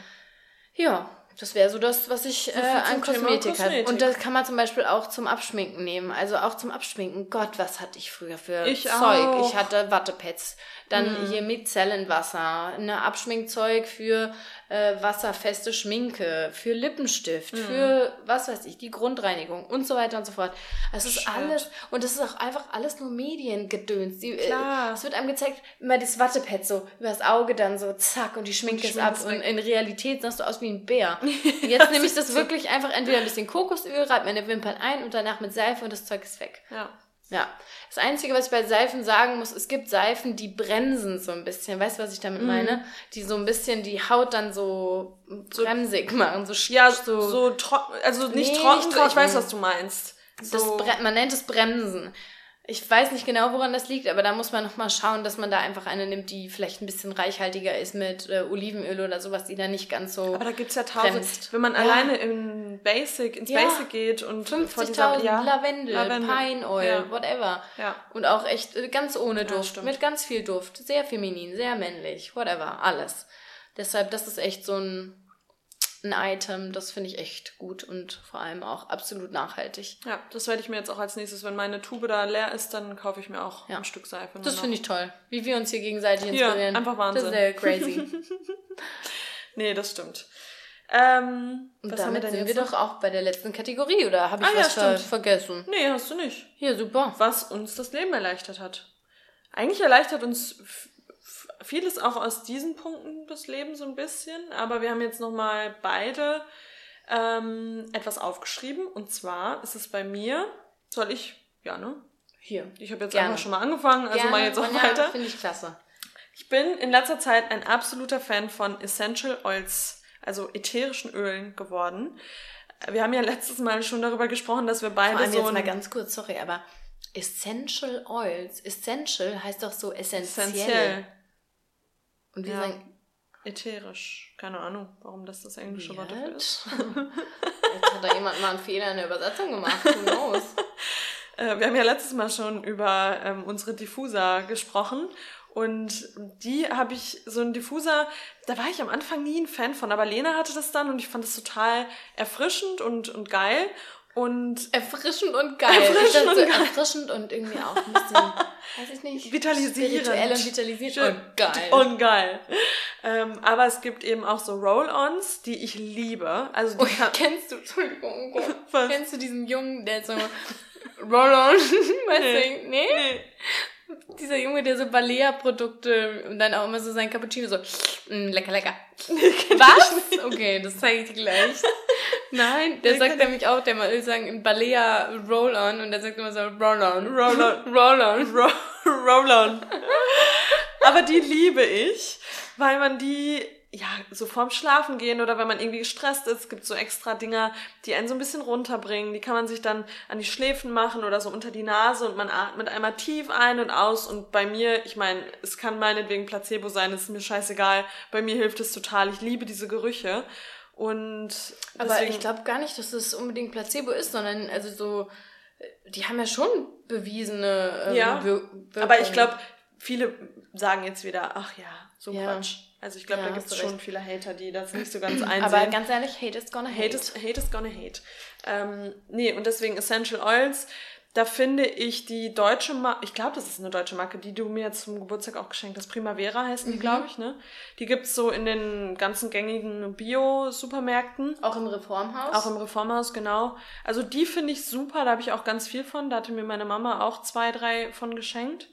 Speaker 3: Ja, das wäre so das, was ich äh, an Kosmetik habe. Und das kann man zum Beispiel auch zum Abschminken nehmen. Also auch zum Abschminken. Gott, was hatte ich früher für
Speaker 2: ich
Speaker 3: Zeug?
Speaker 2: Auch.
Speaker 3: Ich hatte Wattepads. Dann
Speaker 2: mhm.
Speaker 3: hier Micellenwasser. Eine Abschminkzeug für äh, wasserfeste Schminke. Für Lippenstift. Mhm. Für, was weiß ich, die Grundreinigung und so weiter und so fort. Es ist Shit. alles, und das ist auch einfach alles nur Mediengedöns. Die,
Speaker 2: Klar.
Speaker 3: Äh, es wird einem gezeigt, immer das Wattepad so übers Auge dann so zack und die Schminke ist ab. Und in Realität sahst du aus wie ein Bär. Und jetzt nehme ich das wirklich einfach entweder ein bisschen Kokosöl, reibe meine Wimpern ein und danach mit Seife und das Zeug ist weg.
Speaker 2: Ja.
Speaker 3: Ja. Das Einzige, was ich bei Seifen sagen muss, es gibt Seifen, die bremsen so ein bisschen. Weißt du, was ich damit mm. meine? Die so ein bisschen die Haut dann so bremsig machen. So,
Speaker 2: ja, so, so trocken, also nicht nee, trocken, nicht trocken, ich weiß, was du meinst.
Speaker 3: So. Das Bre- man nennt es Bremsen. Ich weiß nicht genau, woran das liegt, aber da muss man nochmal schauen, dass man da einfach eine nimmt, die vielleicht ein bisschen reichhaltiger ist mit äh, Olivenöl oder sowas, die da nicht ganz so
Speaker 2: aber da gibt's ja tausend,
Speaker 3: bremst.
Speaker 2: Wenn man
Speaker 3: ja.
Speaker 2: alleine in Basic, ins
Speaker 3: ja.
Speaker 2: Basic geht und
Speaker 3: fünfzigtausend
Speaker 2: ja.
Speaker 3: Lavendel, Lavendel, Pine Oil,
Speaker 2: ja.
Speaker 3: whatever.
Speaker 2: Ja.
Speaker 3: Und auch echt äh, ganz ohne Duft,
Speaker 2: ja,
Speaker 3: mit ganz viel Duft, sehr feminin, sehr männlich, whatever, alles. Deshalb, das ist echt so ein ein Item, das finde ich echt gut und vor allem auch absolut nachhaltig.
Speaker 2: Ja, das werde ich mir jetzt auch als nächstes, wenn meine Tube da leer ist, dann kaufe ich mir auch
Speaker 3: ja.
Speaker 2: ein Stück Seife.
Speaker 3: Das finde ich toll, wie wir uns hier gegenseitig inspirieren.
Speaker 2: Ja, einfach Wahnsinn.
Speaker 3: Das ist sehr crazy.
Speaker 2: Nee, das stimmt. Ähm,
Speaker 3: und
Speaker 2: was
Speaker 3: damit
Speaker 2: haben wir denn
Speaker 3: sind
Speaker 2: jetzt
Speaker 3: wir
Speaker 2: noch?
Speaker 3: doch auch bei der letzten Kategorie, oder habe ich
Speaker 2: ah,
Speaker 3: was
Speaker 2: ja,
Speaker 3: ver- vergessen?
Speaker 2: Nee, hast du nicht.
Speaker 3: Ja, super.
Speaker 2: Was uns das Leben erleichtert hat. Eigentlich erleichtert uns f- f- vieles auch aus diesen Punkten des Lebens so ein bisschen, aber wir haben jetzt nochmal beide ähm, etwas aufgeschrieben. Und zwar ist es bei mir, soll ich, ja, ne?
Speaker 3: Hier.
Speaker 2: Ich habe jetzt
Speaker 3: Gerne.
Speaker 2: einfach schon mal angefangen, also
Speaker 3: Gerne,
Speaker 2: mal jetzt auch
Speaker 3: Ronja,
Speaker 2: weiter.
Speaker 3: Finde ich klasse.
Speaker 2: Ich bin in letzter Zeit ein absoluter Fan von Essential Oils, also ätherischen Ölen geworden. Wir haben ja letztes Mal schon darüber gesprochen, dass wir beide
Speaker 3: Vor allem
Speaker 2: so
Speaker 3: jetzt
Speaker 2: ein...
Speaker 3: mal ganz kurz, sorry, aber Essential Oils, Essential heißt doch so essentiell.
Speaker 2: Essentiell.
Speaker 3: Und wir
Speaker 2: Ja.
Speaker 3: sagen...
Speaker 2: Ätherisch. Keine Ahnung, warum das das englische Wort dafür
Speaker 3: Weird.
Speaker 2: ist.
Speaker 3: Jetzt hat da jemand mal einen Fehler in der Übersetzung gemacht. Who knows?
Speaker 2: Äh, Wir haben ja letztes Mal schon über ähm, unsere Diffuser gesprochen und die habe ich, so ein Diffuser, da war ich am Anfang nie ein Fan von, aber Lena hatte das dann und ich fand das total erfrischend und, und geil und
Speaker 3: Erfrischend und geil.
Speaker 2: Erfrischend
Speaker 3: Ich dachte
Speaker 2: und
Speaker 3: so
Speaker 2: geil.
Speaker 3: erfrischend und irgendwie auch ein bisschen, weiß ich nicht,
Speaker 2: vitalisierend.
Speaker 3: spirituell und vitalisiert
Speaker 2: Schön.
Speaker 3: und geil.
Speaker 2: Und geil. Ähm, aber es gibt eben auch so Roll-Ons, die ich liebe. Also die
Speaker 3: Oh,
Speaker 2: kann,
Speaker 3: kennst du, Entschuldigung, oh Gott.
Speaker 2: Was?
Speaker 3: Kennst du diesen Jungen, der so Roll-on, weißt
Speaker 2: Nee.
Speaker 3: du, nee?
Speaker 2: nee.
Speaker 3: Dieser Junge, der so Balea-Produkte und dann auch immer so sein Cappuccino so, mm, lecker, lecker. Was? Okay, das zeige ich dir gleich. Nein, der
Speaker 2: Nee,
Speaker 3: sagt
Speaker 2: kenn
Speaker 3: nämlich auch, der mal sagen, in Balea Roll-on und der sagt immer so Roll-on.
Speaker 2: Roll-on.
Speaker 3: Roll-on.
Speaker 2: Ro- Roll-on. Aber die liebe ich, weil man die, ja, so vorm Schlafen gehen oder wenn man irgendwie gestresst ist, gibt so extra Dinger, die einen so ein bisschen runterbringen. Die kann man sich dann an die Schläfen machen oder so unter die Nase und man atmet einmal tief ein und aus. Und bei mir, ich meine, es kann meinetwegen Placebo sein, es ist mir scheißegal. Bei mir hilft es total. Ich liebe diese Gerüche. Und
Speaker 3: Aber
Speaker 2: deswegen,
Speaker 3: ich glaube gar nicht, dass es unbedingt Placebo ist, sondern also so, die haben ja schon bewiesene ähm,
Speaker 2: Ja,
Speaker 3: Wir- Wirkungen.
Speaker 2: aber ich glaube, viele sagen jetzt wieder, ach ja, so
Speaker 3: Ja.
Speaker 2: Quatsch. Also ich glaube,
Speaker 3: Ja,
Speaker 2: da
Speaker 3: hast
Speaker 2: gibt es
Speaker 3: du
Speaker 2: schon
Speaker 3: recht.
Speaker 2: viele Hater, die das nicht so ganz einsehen.
Speaker 3: Aber ganz ehrlich, hate is gonna hate.
Speaker 2: Hate is, hate is gonna hate. Ähm, nee, und deswegen Essential Oils, da finde ich die deutsche Marke, ich glaube, das ist eine deutsche Marke, die du mir zum Geburtstag auch geschenkt hast. Primavera heißen die,
Speaker 3: Mhm.
Speaker 2: glaube ich, ne? Die gibt's so in den ganzen gängigen Bio-Supermärkten.
Speaker 3: Auch im Reformhaus?
Speaker 2: Auch im Reformhaus, genau. Also die finde ich super, da habe ich auch ganz viel von. Da hatte mir meine Mama auch zwei, drei von geschenkt.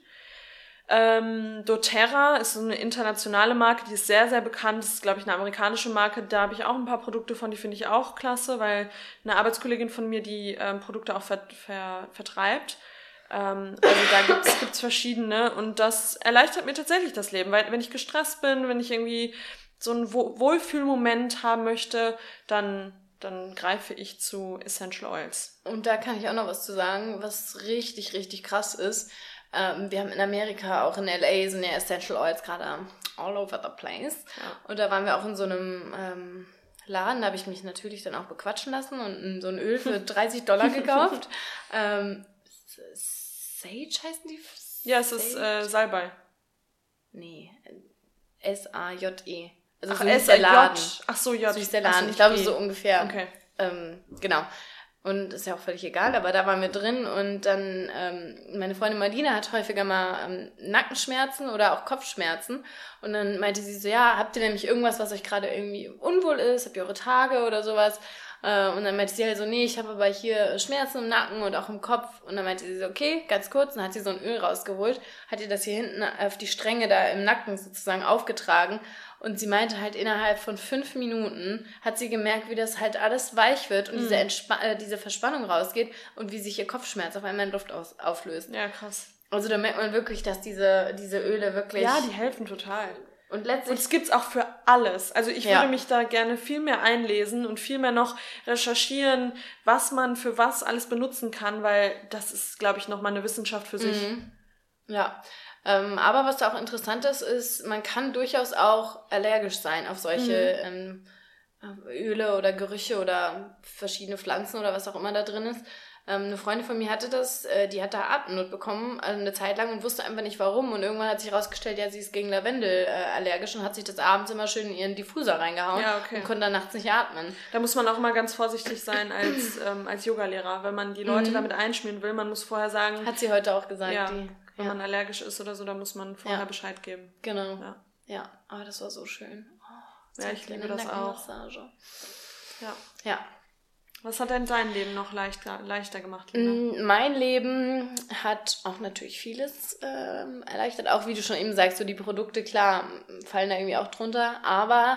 Speaker 2: Ähm, doTERRA ist so eine internationale Marke, die ist sehr, sehr bekannt. Das ist, glaube ich, eine amerikanische Marke. Da habe ich auch ein paar Produkte von, die finde ich auch klasse, weil eine Arbeitskollegin von mir die ähm, Produkte auch ver- ver- vertreibt. Ähm, also da gibt's gibt's verschiedene und das erleichtert mir tatsächlich das Leben, weil wenn ich gestresst bin, wenn ich irgendwie so einen Wo- Wohlfühlmoment haben möchte, dann dann greife ich zu Essential Oils.
Speaker 3: Und da kann ich auch noch was zu sagen, was richtig, richtig krass ist. Ähm, wir haben in Amerika, auch in L A, sind ja Essential Oils gerade all over the place.
Speaker 2: Ja.
Speaker 3: Und da waren wir auch in so einem ähm, Laden, da habe ich mich natürlich dann auch bequatschen lassen und so ein Öl für dreißig Dollar gekauft. ähm, Sage heißen die?
Speaker 2: Ja, es ist
Speaker 3: Sage?
Speaker 2: äh, Salbei.
Speaker 3: Nee, S A J E. Also
Speaker 2: Ach,
Speaker 3: so hieß
Speaker 2: S
Speaker 3: der
Speaker 2: A
Speaker 3: Laden.
Speaker 2: J. Ach so, J.
Speaker 3: So hieß der
Speaker 2: Ach so,
Speaker 3: Laden. Ich
Speaker 2: nicht
Speaker 3: glaube,
Speaker 2: G.
Speaker 3: so ungefähr.
Speaker 2: Okay.
Speaker 3: Ähm, genau. Und ist ja auch völlig egal, aber da waren wir drin und dann, ähm, meine Freundin Marlina hat häufiger mal ähm, Nackenschmerzen oder auch Kopfschmerzen und dann meinte sie so, ja, habt ihr nämlich irgendwas, was euch gerade irgendwie unwohl ist, habt ihr eure Tage oder sowas? Äh, und dann meinte sie halt so, nee, ich habe aber hier Schmerzen im Nacken und auch im Kopf und dann meinte sie so, okay, ganz kurz, dann hat sie so ein Öl rausgeholt, hat ihr das hier hinten auf die Stränge da im Nacken sozusagen aufgetragen. Und sie meinte halt, innerhalb von fünf Minuten hat sie gemerkt, wie das halt alles weich wird und
Speaker 2: Mhm.
Speaker 3: diese, Entspa- äh, diese Verspannung rausgeht und wie sich ihr Kopfschmerz auf einmal in Luft aus- auflöst.
Speaker 2: Ja, krass.
Speaker 3: Also da merkt man wirklich, dass diese, diese Öle wirklich...
Speaker 2: Ja, die helfen total.
Speaker 3: und
Speaker 2: Und
Speaker 3: letztlich...
Speaker 2: es gibt's auch für alles. Also ich
Speaker 3: Ja.
Speaker 2: würde mich da gerne viel mehr einlesen und viel mehr noch recherchieren, was man für was alles benutzen kann, weil das ist, glaube ich, nochmal eine Wissenschaft für sich.
Speaker 3: Mhm. Ja, ähm, aber was da auch interessant ist, ist, man kann durchaus auch allergisch sein auf solche ähm, Öle oder Gerüche oder verschiedene Pflanzen oder was auch immer da drin ist. Ähm, eine Freundin von mir hatte das, äh, die hat da Atemnot bekommen, also eine Zeit lang und wusste einfach nicht warum. Und irgendwann hat sich herausgestellt, ja, sie ist gegen Lavendel äh, allergisch und hat sich das abends immer schön in ihren Diffuser reingehauen
Speaker 2: Ja, okay.
Speaker 3: und konnte dann nachts nicht atmen.
Speaker 2: Da muss man auch mal ganz vorsichtig sein als, ähm, als Yogalehrer, wenn man die Leute
Speaker 3: Mhm.
Speaker 2: damit einschmieren will. Man muss vorher sagen,
Speaker 3: Hat sie heute auch gesagt.
Speaker 2: ja,
Speaker 3: Die,
Speaker 2: wenn
Speaker 3: ja,
Speaker 2: man allergisch ist oder so, da muss man vorher
Speaker 3: Ja.
Speaker 2: Bescheid geben.
Speaker 3: genau.
Speaker 2: Ja,
Speaker 3: Ja, aber das war so schön. Oh,
Speaker 2: ja, ich liebe
Speaker 3: eine
Speaker 2: das auch.
Speaker 3: Nackenmassage.
Speaker 2: Ja.
Speaker 3: Ja.
Speaker 2: Was hat denn dein Leben noch leichter, leichter gemacht, Lena?
Speaker 3: Mein Leben hat auch natürlich vieles ähm, erleichtert. Auch wie du schon eben sagst, so die Produkte, klar, fallen da irgendwie auch drunter. Aber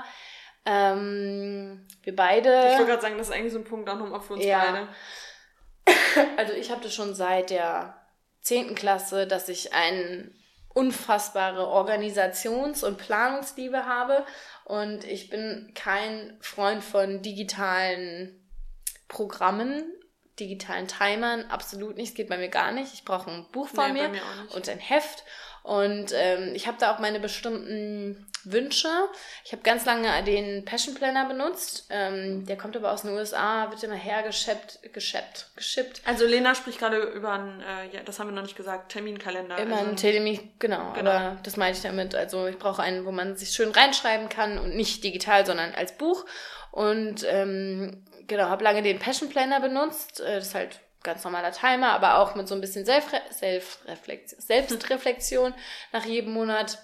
Speaker 3: ähm, wir beide...
Speaker 2: Ich wollte gerade sagen, das ist eigentlich so ein Punkt auch nochmal für uns
Speaker 3: ja.
Speaker 2: beide.
Speaker 3: Also ich habe das schon seit der zehnten Klasse, dass ich eine unfassbare Organisations- und Planungsliebe habe. Und ich bin kein Freund von digitalen Programmen, digitalen Timern, absolut nicht. Es geht bei mir gar nicht. Ich brauche ein Buch vor
Speaker 2: nee,
Speaker 3: mir,
Speaker 2: mir auch nicht.
Speaker 3: Und ein Heft. Und ähm, ich habe da auch meine bestimmten Wünsche. Ich habe ganz lange den Passion Planner benutzt. Ähm, der kommt aber aus den U S A, wird immer hergeschleppt, geschleppt, geschippt.
Speaker 2: Also Lena spricht gerade über einen, äh, ja, das haben wir noch nicht gesagt, Terminkalender.
Speaker 3: Immer
Speaker 2: also
Speaker 3: ein Termin, genau,
Speaker 2: genau.
Speaker 3: Aber das meine ich damit. Also ich brauche einen, wo man sich schön reinschreiben kann und nicht digital, sondern als Buch. Und ähm, genau, habe lange den Passion Planner benutzt. Das ist halt ganz normaler Timer, aber auch mit so ein bisschen Selbstre- Selbstreflexion, Selbstreflexion nach jedem Monat.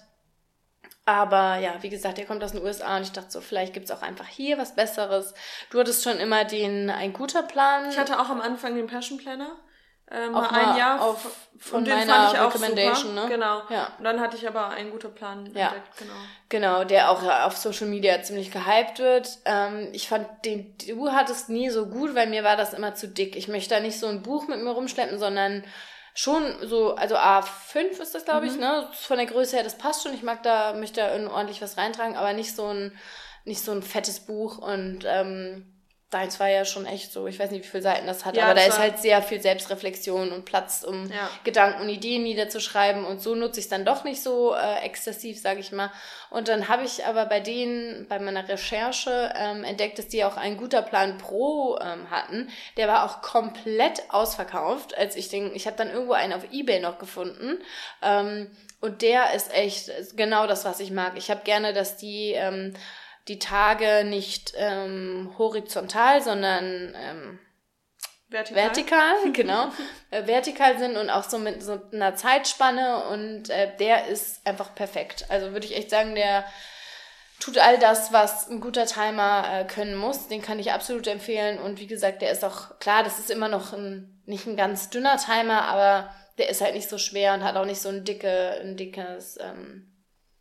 Speaker 3: Aber ja, wie gesagt, der kommt aus den U S A und ich dachte so, vielleicht gibt's auch einfach hier was Besseres. Du hattest schon immer den Ein guter Plan.
Speaker 2: Ich hatte auch am Anfang den Passion Planner. Ähm,
Speaker 3: auch
Speaker 2: ein Jahr
Speaker 3: auf, von
Speaker 2: und den
Speaker 3: meiner
Speaker 2: fand ich auch
Speaker 3: Recommendation,
Speaker 2: super.
Speaker 3: Ne?
Speaker 2: Genau.
Speaker 3: Ja.
Speaker 2: Und dann hatte ich aber Ein guter Plan
Speaker 3: ja.
Speaker 2: entdeckt, genau.
Speaker 3: Genau, der auch auf Social Media ziemlich gehypt wird. Ähm, ich fand, den du hattest nie so gut, weil mir war das immer zu dick. Ich möchte da nicht so ein Buch mit mir rumschleppen, sondern schon so, also A fünf ist das, glaube ich, mhm. ne? Von der Größe her, das passt schon. Ich mag da, möchte da ordentlich was reintragen, aber nicht so ein, nicht so ein fettes Buch. Und ähm, deins war ja schon echt so, ich weiß nicht, wie viele Seiten das hat, ja, aber da ist halt sehr viel Selbstreflexion und Platz, um ja. Gedanken und Ideen niederzuschreiben. Und so nutze ich es dann doch nicht so äh, exzessiv, sage ich mal. Und dann habe ich aber bei denen, bei meiner Recherche ähm, entdeckt, dass die auch Ein guter Plan Pro ähm, hatten. Der war auch komplett ausverkauft, als ich den, ich habe dann irgendwo einen auf eBay noch gefunden. Ähm, und der ist echt genau das, was ich mag. Ich habe gerne, dass die ähm, die Tage nicht ähm, horizontal, sondern ähm, vertikal, vertikal genau, äh, vertikal sind und auch so mit so einer Zeitspanne und äh, der ist einfach perfekt. Also würde ich echt sagen, der tut all das, was ein guter Timer äh, können muss. Den kann ich absolut empfehlen und wie gesagt, der ist auch, klar, das ist immer noch ein, nicht ein ganz dünner Timer, aber der ist halt nicht so schwer und hat auch nicht so ein dicke, ein dickes, ähm,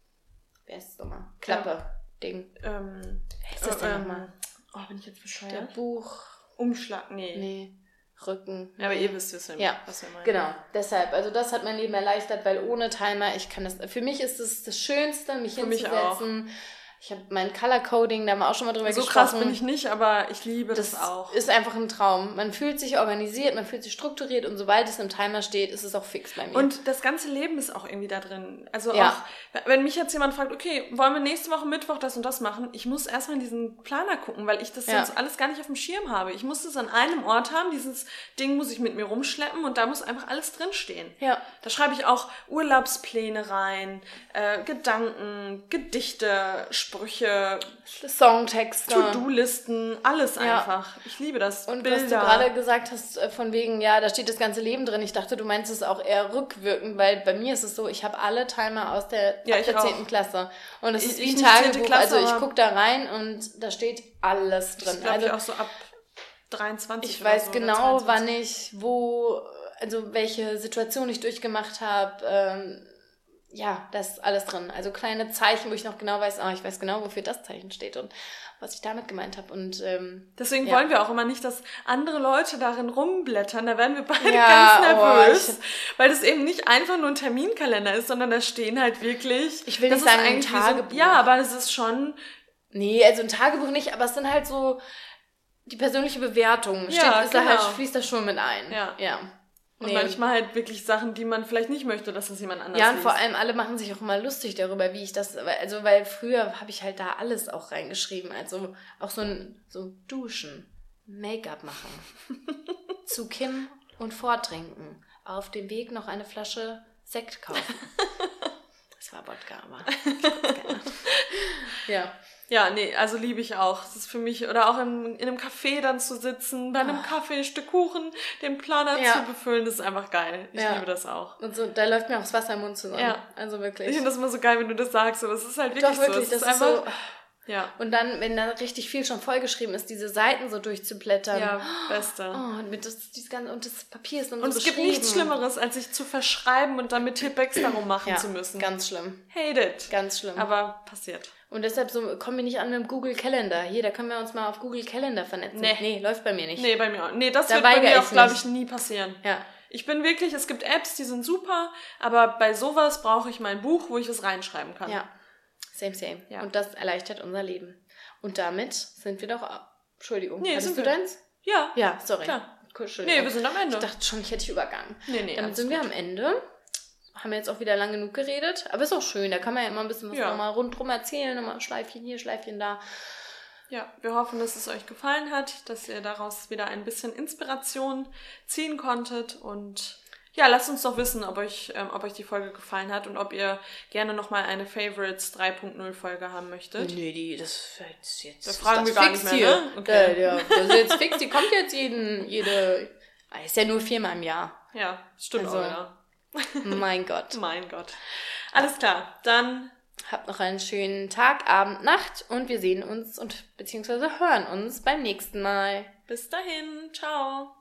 Speaker 3: wer ist das nochmal? Klappe. Ja. Ding. Ähm, Wer ist das denn ähm, nochmal?
Speaker 2: Oh, bin ich jetzt bescheuert?
Speaker 3: Der Buch.
Speaker 2: Umschlag, nee.
Speaker 3: Nee. Rücken.
Speaker 2: Ja, aber ihr wisst, was wir,
Speaker 3: ja.
Speaker 2: was wir meinen.
Speaker 3: Genau, deshalb. Also das hat mein Leben erleichtert, weil ohne Timer, ich kann das, für mich ist es das Schönste, mich für hinzusetzen. Mich auch. Ich habe mein Color-Coding, da haben wir auch schon mal drüber
Speaker 2: so
Speaker 3: gesprochen.
Speaker 2: So krass bin ich nicht, aber ich liebe das, das auch.
Speaker 3: Ist einfach ein Traum. Man fühlt sich organisiert, man fühlt sich strukturiert und sobald es im Timer steht, ist es auch fix bei mir.
Speaker 2: Und das ganze Leben ist auch irgendwie da drin. Also
Speaker 3: ja.
Speaker 2: auch, wenn mich jetzt jemand fragt, okay, wollen wir nächste Woche Mittwoch das und das machen? Ich muss erstmal in diesen Planer gucken, weil ich das ja. sonst alles gar nicht auf dem Schirm habe. Ich muss das an einem Ort haben, dieses Ding muss ich mit mir rumschleppen und da muss einfach alles drinstehen.
Speaker 3: Ja.
Speaker 2: Da schreibe ich auch Urlaubspläne rein, äh, Gedanken, Gedichte, Sprüche,
Speaker 3: Songtexte,
Speaker 2: To-Do-Listen, alles ja. einfach. Ich liebe das.
Speaker 3: Und
Speaker 2: Bilder.
Speaker 3: was du gerade gesagt hast, von wegen, ja, da steht das ganze Leben drin. Ich dachte, du meinst es auch eher rückwirkend, weil bei mir ist es so, ich habe alle Timer aus der,
Speaker 2: ja,
Speaker 3: ab der zehnten Klasse. Und es
Speaker 2: ich,
Speaker 3: ist wie ein Tagebuch.
Speaker 2: Klasse,
Speaker 3: also ich gucke da rein und da steht alles drin.
Speaker 2: Ich glaube,
Speaker 3: also
Speaker 2: ich auch so ab dreiundzwanzig
Speaker 3: Ich weiß
Speaker 2: so,
Speaker 3: genau, wann ich, wo, also welche Situation ich durchgemacht habe. Ähm, Ja, das ist alles drin. Also kleine Zeichen, wo ich noch genau weiß, ah, ich weiß genau, wofür das Zeichen steht und was ich damit gemeint habe. Und ähm,
Speaker 2: deswegen
Speaker 3: ja.
Speaker 2: wollen wir auch immer nicht, dass andere Leute darin rumblättern. Da werden wir beide
Speaker 3: ja,
Speaker 2: ganz nervös,
Speaker 3: oh, ich,
Speaker 2: weil das eben nicht einfach nur ein Terminkalender ist, sondern da stehen halt wirklich...
Speaker 3: Ich will nicht sagen ein Tagebuch.
Speaker 2: So, ja, aber es ist schon...
Speaker 3: Nee, also ein Tagebuch nicht, aber es sind halt so die persönliche Bewertung. Steht,
Speaker 2: ja,
Speaker 3: ist
Speaker 2: genau.
Speaker 3: da halt, fließt da schon mit ein.
Speaker 2: Ja.
Speaker 3: ja.
Speaker 2: Und
Speaker 3: nee.
Speaker 2: manchmal halt wirklich Sachen, die man vielleicht nicht möchte, dass das jemand anders
Speaker 3: Ja, und
Speaker 2: liest.
Speaker 3: vor allem alle machen sich auch immer lustig darüber, wie ich das, also weil früher habe ich halt da alles auch reingeschrieben, also auch so ein so Duschen, Make-up machen, zu Kim und forttrinken, auf dem Weg noch eine Flasche Sekt kaufen. Das war Wodka, aber ich guck's gerne. Ja.
Speaker 2: Ja, nee, also liebe ich auch. Das ist für mich, oder auch in, in einem Café dann zu sitzen, bei einem oh. Kaffee, ein Stück Kuchen, den Planer ja. zu befüllen, das ist einfach geil. Ich ja. liebe das auch.
Speaker 3: Und so, da läuft mir auch das Wasser im Mund zusammen.
Speaker 2: Ja.
Speaker 3: Also wirklich.
Speaker 2: Ich finde das immer so geil, wenn du das sagst, aber es ist halt wirklich,
Speaker 3: Doch, wirklich
Speaker 2: so. Es
Speaker 3: das
Speaker 2: ist, ist einfach,
Speaker 3: so,
Speaker 2: Ja.
Speaker 3: Und dann, wenn da richtig viel schon vollgeschrieben ist, diese Seiten so durchzublättern.
Speaker 2: Ja, beste.
Speaker 3: Oh, und, mit das, dieses ganze, und das Papier ist dann
Speaker 2: und
Speaker 3: so
Speaker 2: es gibt nichts Schlimmeres, als sich zu verschreiben und dann mit Tippex darum machen
Speaker 3: ja,
Speaker 2: zu müssen.
Speaker 3: ganz schlimm.
Speaker 2: Hate it.
Speaker 3: Ganz schlimm.
Speaker 2: Aber passiert.
Speaker 3: Und deshalb so, kommen wir nicht an mit dem Google Calendar. Hier, da können wir uns mal auf Google Calendar vernetzen.
Speaker 2: Nee.
Speaker 3: Nee, läuft bei mir nicht.
Speaker 2: Nee, bei mir auch. Nee, das
Speaker 3: Da
Speaker 2: wird bei
Speaker 3: weigere
Speaker 2: mir
Speaker 3: ich
Speaker 2: auch, glaube
Speaker 3: mich.
Speaker 2: ich, nie passieren.
Speaker 3: Ja.
Speaker 2: Ich bin wirklich, es gibt Apps, die sind super, aber bei sowas brauche ich mein Buch, wo ich was reinschreiben kann.
Speaker 3: Ja. Same, same.
Speaker 2: Ja.
Speaker 3: Und das erleichtert unser Leben. Und damit sind wir doch... Entschuldigung,
Speaker 2: Nee,
Speaker 3: hattest
Speaker 2: sind
Speaker 3: du
Speaker 2: wir.
Speaker 3: deins?
Speaker 2: Ja.
Speaker 3: Ja, sorry.
Speaker 2: Klar.
Speaker 3: Cool, Entschuldigung.
Speaker 2: Nee, wir sind am Ende.
Speaker 3: Ich dachte schon, ich hätte dich übergangen.
Speaker 2: Nee, nee,
Speaker 3: Damit
Speaker 2: alles
Speaker 3: sind wir
Speaker 2: gut.
Speaker 3: am Ende. Haben wir jetzt auch wieder lang genug geredet. Aber ist auch schön, da kann man ja immer ein bisschen was
Speaker 2: Ja.
Speaker 3: nochmal rundherum erzählen. Nochmal Schleifchen hier, Schleifchen da.
Speaker 2: Ja, wir hoffen, dass es euch gefallen hat, dass ihr daraus wieder ein bisschen Inspiration ziehen konntet und ja, lasst uns doch wissen, ob euch, ähm, ob euch die Folge gefallen hat und ob ihr gerne nochmal eine Favorites drei Punkt null Folge haben möchtet.
Speaker 3: Nee, die, das ist jetzt...
Speaker 2: Das fragen wir
Speaker 3: das
Speaker 2: gar
Speaker 3: fix
Speaker 2: nicht mehr,
Speaker 3: hier.
Speaker 2: ne? Okay.
Speaker 3: Ja, ja, das ist jetzt fix, die kommt jetzt jeden, jede... Ist ja nur viermal im Jahr.
Speaker 2: Ja, stimmt
Speaker 3: Also.
Speaker 2: auch wieder.
Speaker 3: Mein Gott.
Speaker 2: Mein Gott. Alles klar, dann
Speaker 3: Habt noch einen schönen Tag, Abend, Nacht und wir sehen uns und beziehungsweise hören uns beim nächsten Mal.
Speaker 2: bis dahin. Ciao.